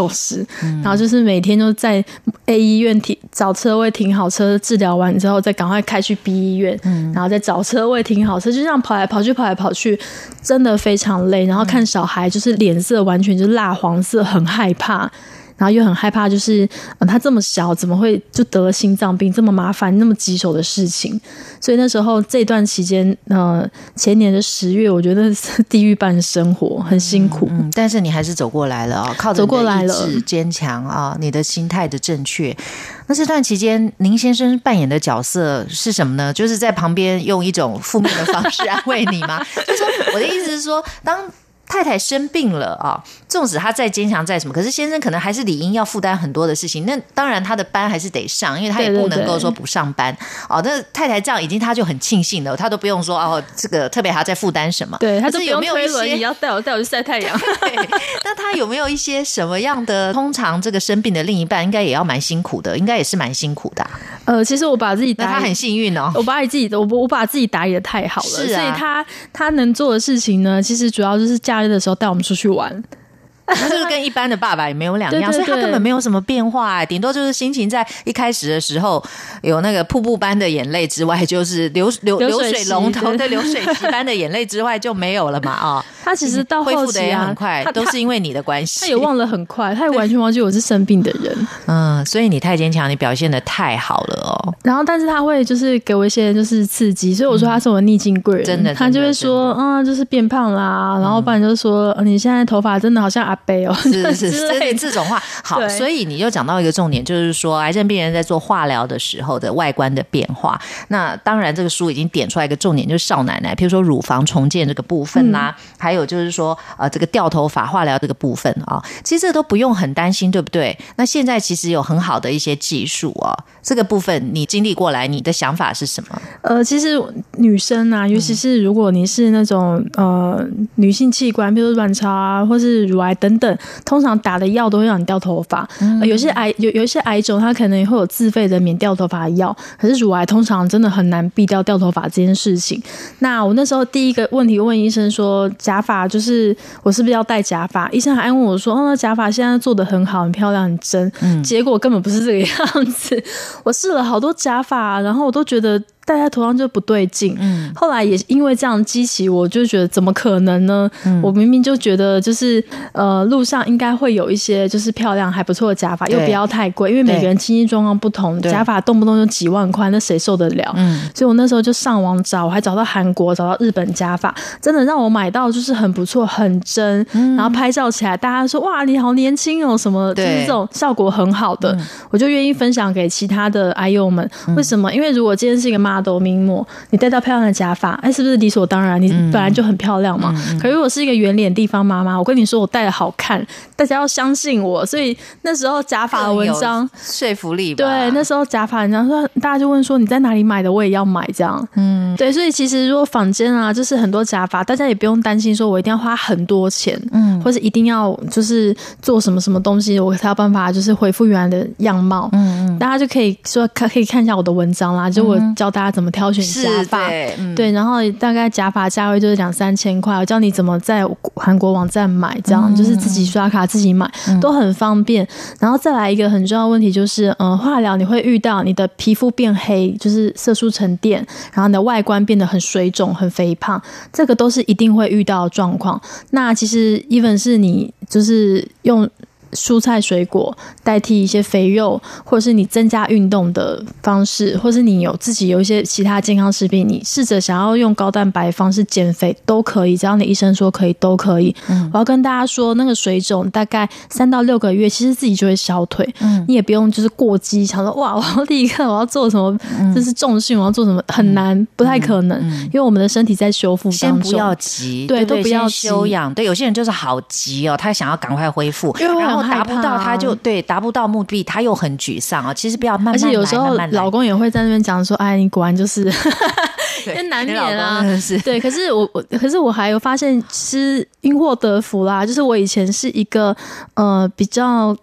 小时，然后就是每天都在 A 医院找车位停好车，治疗完之后再赶快开去 B 医院，然后再找车位停好车，就这样跑来跑去，真的非常累。然后看小孩就是脸色完全就是蜡黄色，很害怕。然后又很害怕，就是他这么小，怎么会就得了心脏病？这么麻烦、那么棘手的事情，所以那时候这段期间，前年的10月，我觉得是地狱般的生活，很辛苦。
但是你还是走过来了啊，靠着你的意志坚强啊，你的心态的正确。那这段期间，林先生扮演的角色是什么呢？就是在旁边用一种负面的方式安慰你吗？就是说我的意思是说，当太太生病了啊，纵使他再坚强再什么，可是先生可能还是理应要负担很多的事情。那当然他的班还是得上，因为他也不能够说不上班。哦，那太太这样已经他就很庆幸了，他都不用说哦，这个特别还要再负担什么。
对，他就不用推轮椅，要带我去晒太阳。
对，那他有没有一些什么样的？通常这个生病的另一半应该也要蛮辛苦的，应该也是蛮辛苦的
其实我把自己打理，
那他很幸运哦。
我把自己打理的太好了，
是啊，
所以他能做的事情呢，其实主要就是假日的时候带我们出去玩。
那就是跟一般的爸爸也没有两样，
对对对，
所以他根本没有什么变化，顶多就是心情在一开始的时候有那个瀑布般的眼泪之外，就是流水龙头的流水席般的眼泪之外就没有了嘛。
他其实到后期
恢复的也很快，都是因为你的关系。
他也忘了很快，他也完全忘记我是生病的人。
所以你太坚强，你表现得太好了哦。
然后，但是他会就是给我一些就是刺激，所以我说他是我逆境贵人。
真的，
他就会说就是变胖啦，然后不然就说你现在头发真的好像阿伯哦。
是这种话好，所以你就讲到一个重点，就是说癌症病人在做化疗的时候的外观的变化。那当然这个书已经点出来一个重点，就是少奶奶譬如说乳房重建这个部分啦，还有就是说这个掉头发化疗这个部分啊，其实这个都不用很担心，对不对？那现在其实有很好的一些技术这个部分你经历过来，你的想法是什么？
其实女生啊，尤其是如果你是那种女性器官，比如说卵巢啊，或是乳癌等等，通常打的药都会让你掉头发。有些癌种它可能会有自费的免掉头发的药，可是乳癌通常真的很难避掉掉头发这件事情。那我那时候第一个问题问医生说，假发就是我是不是要戴假发？医生还安慰我说，那假发现在做得很好，很漂亮，很真。结果根本不是这个样子。我试了好多假发，然后我都觉得戴在头上就不对劲。后来也因为这样激起，我就觉得怎么可能呢？我明明就觉得就是路上应该会有一些就是漂亮还不错的假发，又不要太贵，因为每个人经济状况不同，假发动不动就几万块，那谁受得了？所以我那时候就上网找，我还找到韩国，找到日本假发，真的让我买到就是很不错，很真，然后拍照起来大家说哇你好年轻哦什么，就是这种效果很好的，我就愿意分享给其他的癌友们。为什么？因为如果今天是一个model名模，你戴到漂亮的假发，是不是理所当然？你本来就很漂亮嘛。可是如果是一个圆脸地方妈妈，我跟你说我戴的好看，大家要相信我。所以那时候假发的文章
说服力吧。
对，那时候假发文章说，大家就问说你在哪里买的，我也要买这样。对，所以其实如果坊间啊，就是很多假发，大家也不用担心说我一定要花很多钱，或是一定要就是做什么什么东西，我才有办法就是恢复原来的样貌。大家就可以说可以看一下我的文章啦，就我教大家怎么挑选假发。对，然后大概假发价位就是2-3千块，我教你怎么在韩国网站买，这样就是自己刷卡自己买，都很方便。然后再来一个很重要的问题就是，化疗你会遇到你的皮肤变黑，就是色素沉淀，然后你的外观变得很水肿、很肥胖，这个都是一定会遇到的状况。那其实 even 是你就是用蔬菜水果代替一些肥肉，或者是你增加运动的方式，或是你自己有一些其他健康食品，你试着想要用高蛋白方式减肥都可以，只要你医生说可以都可以。我要跟大家说，那个水肿大概3到6个月其实自己就会消退。你也不用就是过激想说哇我要立刻我要做什么就是重训我要做什么，很难，不太可能。因为我们的身体在修复当中，
先不要急，
对，都不要
急，休养。对，有些人就是好急他想要赶快恢复，然后达不到他就达不到目的，他又很沮丧其实不要慢慢来，
而且有时候老公也会在那边讲说，哎，你果然就是因为难免啊。对，可是我还有发现是因祸得福啦，就是我以前是一个比较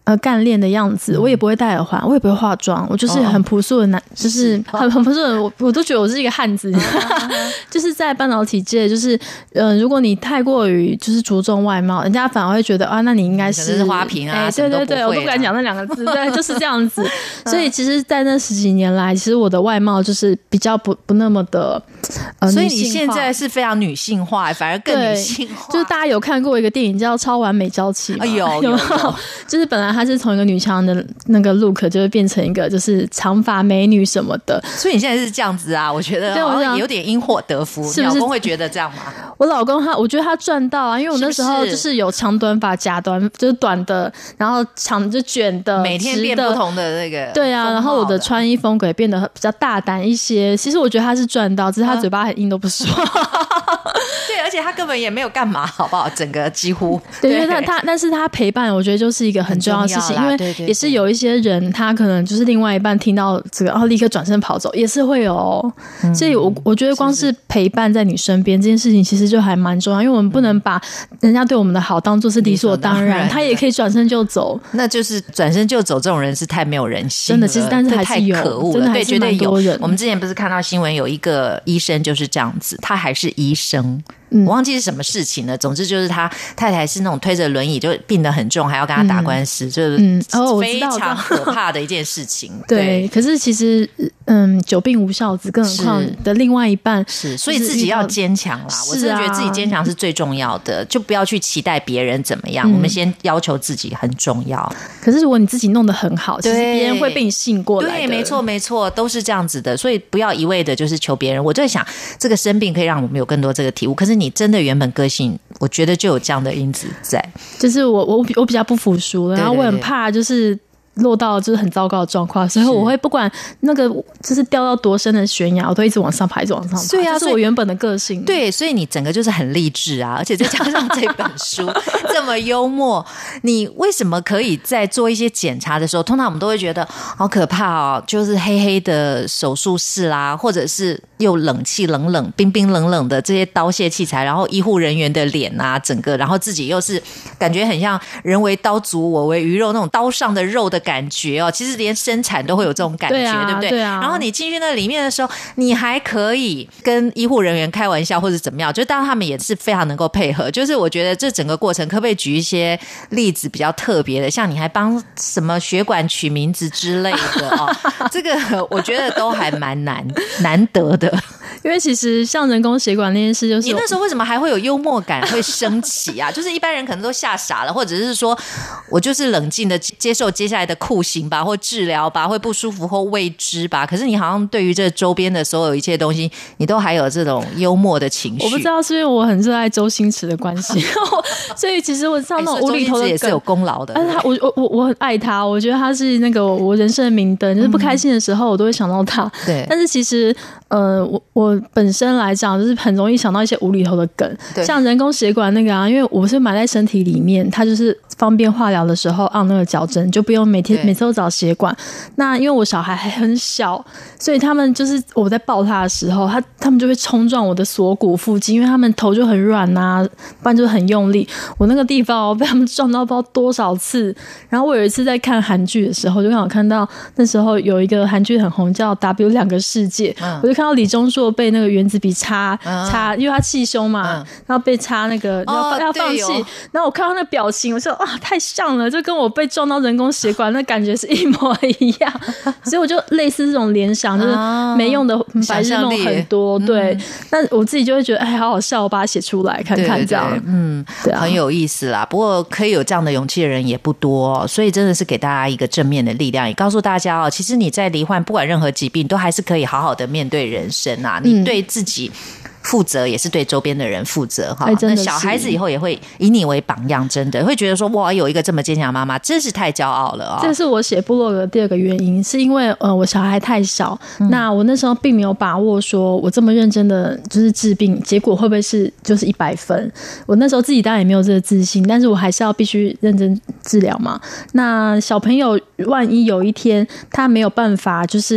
干练的样子，我也不会戴耳环，我也不会化妆，我就是很朴素的男，就是很朴素的，我都觉得我是一个汉子。就是在半导体界，就是如果你太过于就是着重外貌，人家反而会觉得啊，那你应该是
花瓶啊，
对对对，我都不敢讲那2个字，对，就是这样子。所以其实，在那10几年来，其实我的外貌就是比较不那么的
所以你现在是非常女性化，反而更女性化。
就是大家有看过一个电影叫《超完美娇妻》吗？有，就是本来她是从一个女强人的那个 look， 就会变成一个就是长发美女什么的。
所以你现在是这样子啊？我觉得好像有点因祸得福。
是不是？
你老公会觉得这样吗？
我老公我觉得他赚到啊，因为我那时候就是有长短发、假短，就是短的，然后长就卷的，
每天变不同的那个。
对啊，然后我的穿衣风格也变得比较大胆一些。其实我觉得他是赚到，只是他嘴巴很硬都不说。
对，而且他根本也没有干嘛，好不好？整个几乎
对，因为但是他陪伴，我觉得就是一个很重要的事情，因为也是有一些人，他可能就是另外一半听到这个立刻转身跑走，也是会有哦。所以我觉得光是陪伴在你身边这件事情，其实就还蛮重要，因为我们不能把人家对我们的好当作是理所当然，他也可以转身就走。
那就是转身就走这种人是太没有人性了，
真的，其实但是还是有，
太可恶了，
真的还是蛮多人。
我们之前不是看到新闻，有一个医生就是这样子，他还是医生。我忘记是什么事情了，总之就是他太太是那种推着轮椅，就病得很重，还要跟他打官司，就是非常可怕的一件事情。
对，可是其实久病无孝子，更何况的另外一半
是，所以自己要坚强啦。我真的觉得自己坚强是最重要的，就不要去期待别人怎么样，我们先要求自己很重要。
可是如果你自己弄得很好，其实别人会被你吸引过来的。
对，没错没错，都是这样子的。所以不要一味的就是求别人。我在想，这个生病可以让我们有更多这个体悟，可是你真的原本个性，我觉得就有这样的因子在。就是
我比较不服输，然后我很怕就是落到就是很糟糕的状况，所以我会不管那个就是掉到多深的悬崖，我都一直往上爬，一直往上爬。对啊，这是我原本的个性。
对，所以你整个就是很励志啊，而且再加上这本书这么幽默，你为什么可以在做一些检查的时候，通常我们都会觉得好可怕哦，就是黑黑的手术室啦，或者是又冷气冷冰冰冷的这些刀械器材，然后医护人员的脸啊，整个，然后自己又是感觉很像人为刀俎我为鱼肉那种刀上的肉的感觉哦，其实连生产都会有这种感觉， 对不对？
对啊。
然后你进去那里面的时候，你还可以跟医护人员开玩笑或者怎么样，就当然他们也是非常能够配合。就是我觉得这整个过程，可不可以举一些例子比较特别的，像你还帮什么血管取名字之类的哦，这个我觉得都还蛮难得的。
因为其实像人工血管那件事，就是
你那时候为什么还会有幽默感会升起啊？就是一般人可能都吓傻了，或者是说我就是冷静的接受接下来的酷刑吧，或治疗吧，会不舒服或未知吧。可是你好像对于这周边的所有一切东西，你都还有这种幽默的情绪。
我不知道是因为我很热爱周星驰的关系，所以其实我上那种无厘头的梗
也是有功劳的。
我很爱他，我觉得他是那个我人生的明灯，就是不开心的时候我都会想到他。
对，
但是其实我本身来讲，就是很容易想到一些无厘头的梗，像人工血管那个啊，因为我是埋在身体里面，它就是方便化疗的时候按那个矫正，就不用每次都找血管。那因为我小孩还很小，所以他们就是我在抱他的时候，他们就会冲撞我的锁骨附近，因为他们头就很软啊，不然就很用力。我那个地方被他们撞到不知道多少次。然后我有一次在看韩剧的时候，就刚好看到那时候有一个韩剧很红叫 W 两个世界，我就看到李钟硕被那个原子笔插，因为他气胸嘛，然后被插那个要放弃，然后我看到那个表情，我说啊太像了，就跟我被撞到人工血管那感觉是一模一样，所以我就类似这种联想，就是没用的白日梦很多，对，但我自己就会觉得哎好好笑，我把它写出来看看这样，
对啊，很有意思啦。不过可以有这样的勇气的人也不多，所以真的是给大家一个正面的力量，也告诉大家哦，其实你在罹患不管任何疾病，都还是可以好好的面对人生啊，你对自己负责也是对周边的人负责哈。那小孩子以后也会以你为榜样，真的会觉得说哇，有一个这么坚强的妈妈，真是太骄傲了啊！
这是我写部落格的第二个原因，是因为我小孩太小，那我那时候并没有把握说我这么认真的就是治病，结果会不会是就是100分？我那时候自己当然也没有这个自信，但是我还是要必须认真治疗嘛。那小朋友万一有一天他没有办法就是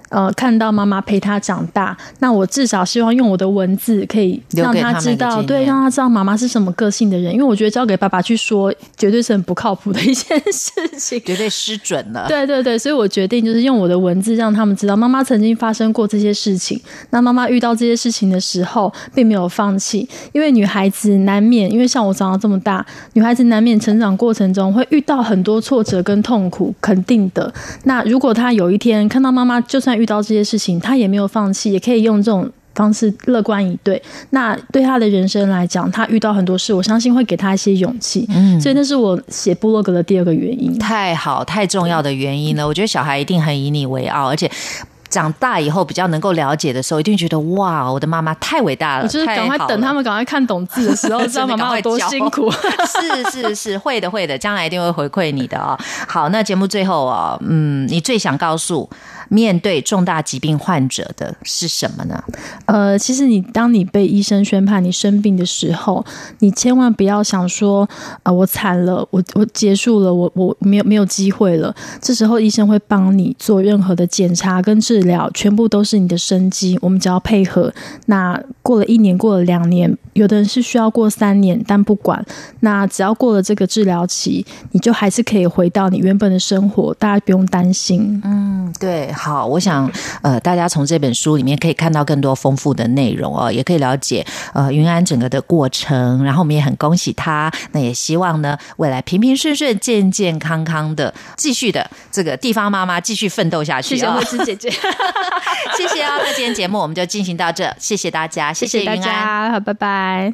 看到妈妈陪他长大，那我至少希望用我的文字可以让他知道，对，让他知道妈妈是什么个性的人。因为我觉得交给爸爸去说，绝对是很不靠谱的一件事情，
绝对失准了。
对对对，所以我决定就是用我的文字让他们知道，妈妈曾经发生过这些事情。那妈妈遇到这些事情的时候，并没有放弃，因为女孩子难免，因为像我长到这么大，女孩子难免成长过程中会遇到很多挫折跟痛苦，肯定的。那如果她有一天看到妈妈就算遇到这些事情，她也没有放弃，也可以用这种方式乐观以对，那对她的人生来讲，她遇到很多事，我相信会给她一些勇气。所以那是我写部落格的第二个原因。
太好，太重要的原因了。我觉得小孩一定很以你为傲，而且长大以后比较能够了解的时候，一定觉得哇，我的妈妈太伟大了。
我就是赶快等他们赶快看懂字的时候，知道妈妈有多辛苦。
是，会的，将来一定会回馈你的哦。好，那节目最后哦，你最想告诉面对重大疾病患者的是什么呢？
其实当你被医生宣判你生病的时候，你千万不要想说我惨了，我结束了，我没有机会了。这时候医生会帮你做任何的检查跟治疗，全部都是你的生机，我们只要配合。那过了1年，过了2年，有的人是需要过3年，但不管，那只要过了这个治疗期，你就还是可以回到你原本的生活，大家不用担心。
对，好，我想大家从这本书里面可以看到更多丰富的内容哦，也可以了解云安整个的过程，然后我们也很恭喜他，那也希望呢未来平平顺顺、健健康康的，继续的这个地方妈妈继续奋斗下去。
谢谢慧芝姐姐，
谢谢哦。那今天节目我们就进行到这，谢谢大家，谢
谢大家，好，拜拜。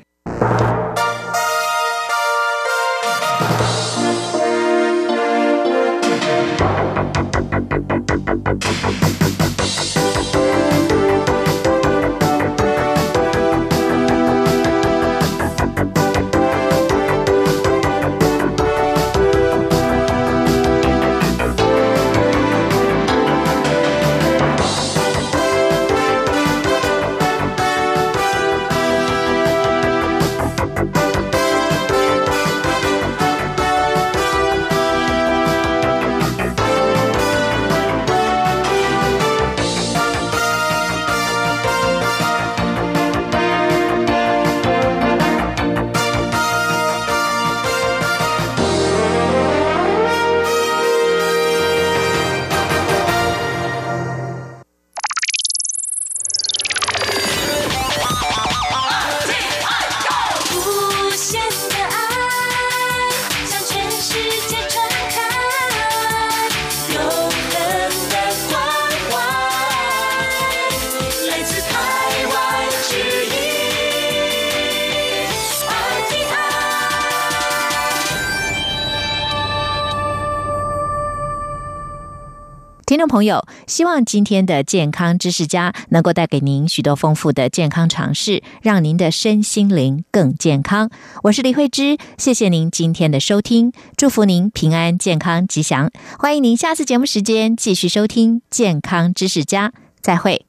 听众朋友，希望今天的健康知识家能够带给您许多丰富的健康常识，让您的身心灵更健康。我是李慧芝，谢谢您今天的收听，祝福您平安健康吉祥。欢迎您下次节目时间继续收听健康知识家，再会。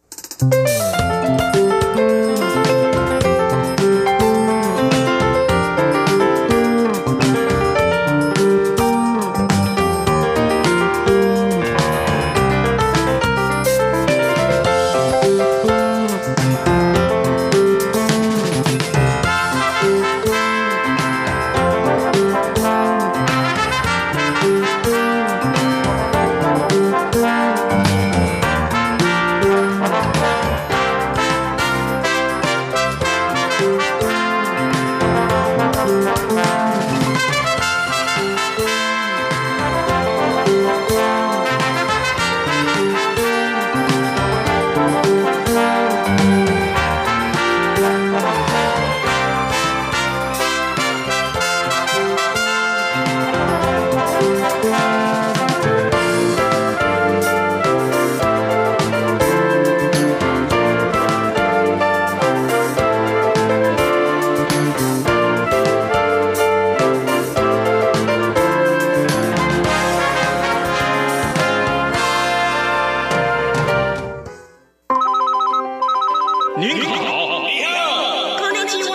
您好，你好，こんにち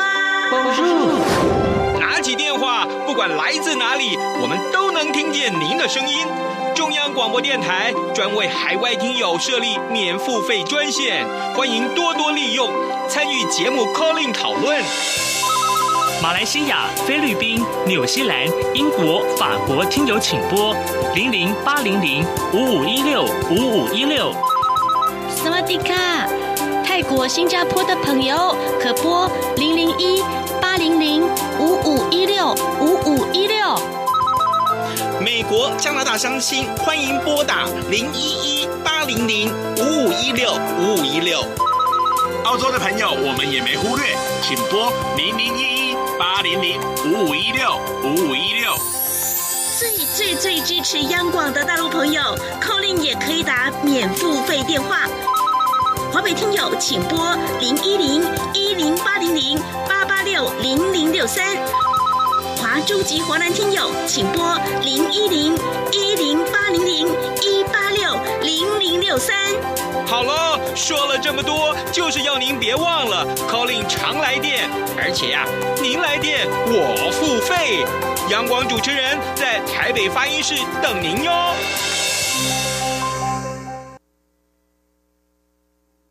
は。拿起电话，不管来自哪里，我们都能听见您的声音。 中央广播电台专为海外听友设立免付费专线，欢迎多多利用，参与节目 call in 讨论。
马来西亚、菲律宾、纽西兰、英国、法国听友请拨00-800-5516-5516。
萨瓦迪卡，泰国、新加坡的朋友可拨001-800-5516-5516。
美国、加拿大乡亲欢迎拨打011-800-5516-5516。
澳洲的朋友我们也没忽略，请拨0011-800-5516-5516。
最支持央广的大陆朋友 ，call in 也可以打免付费电话。华北听友请拨010-10800-886-0063。华中及华南听友请拨010-10800-186-0063。
好了，说了这么多，就是要您别忘了 call in 常来电，而且呀，您来电我付费。阳光主持人在台北发音室等您哟。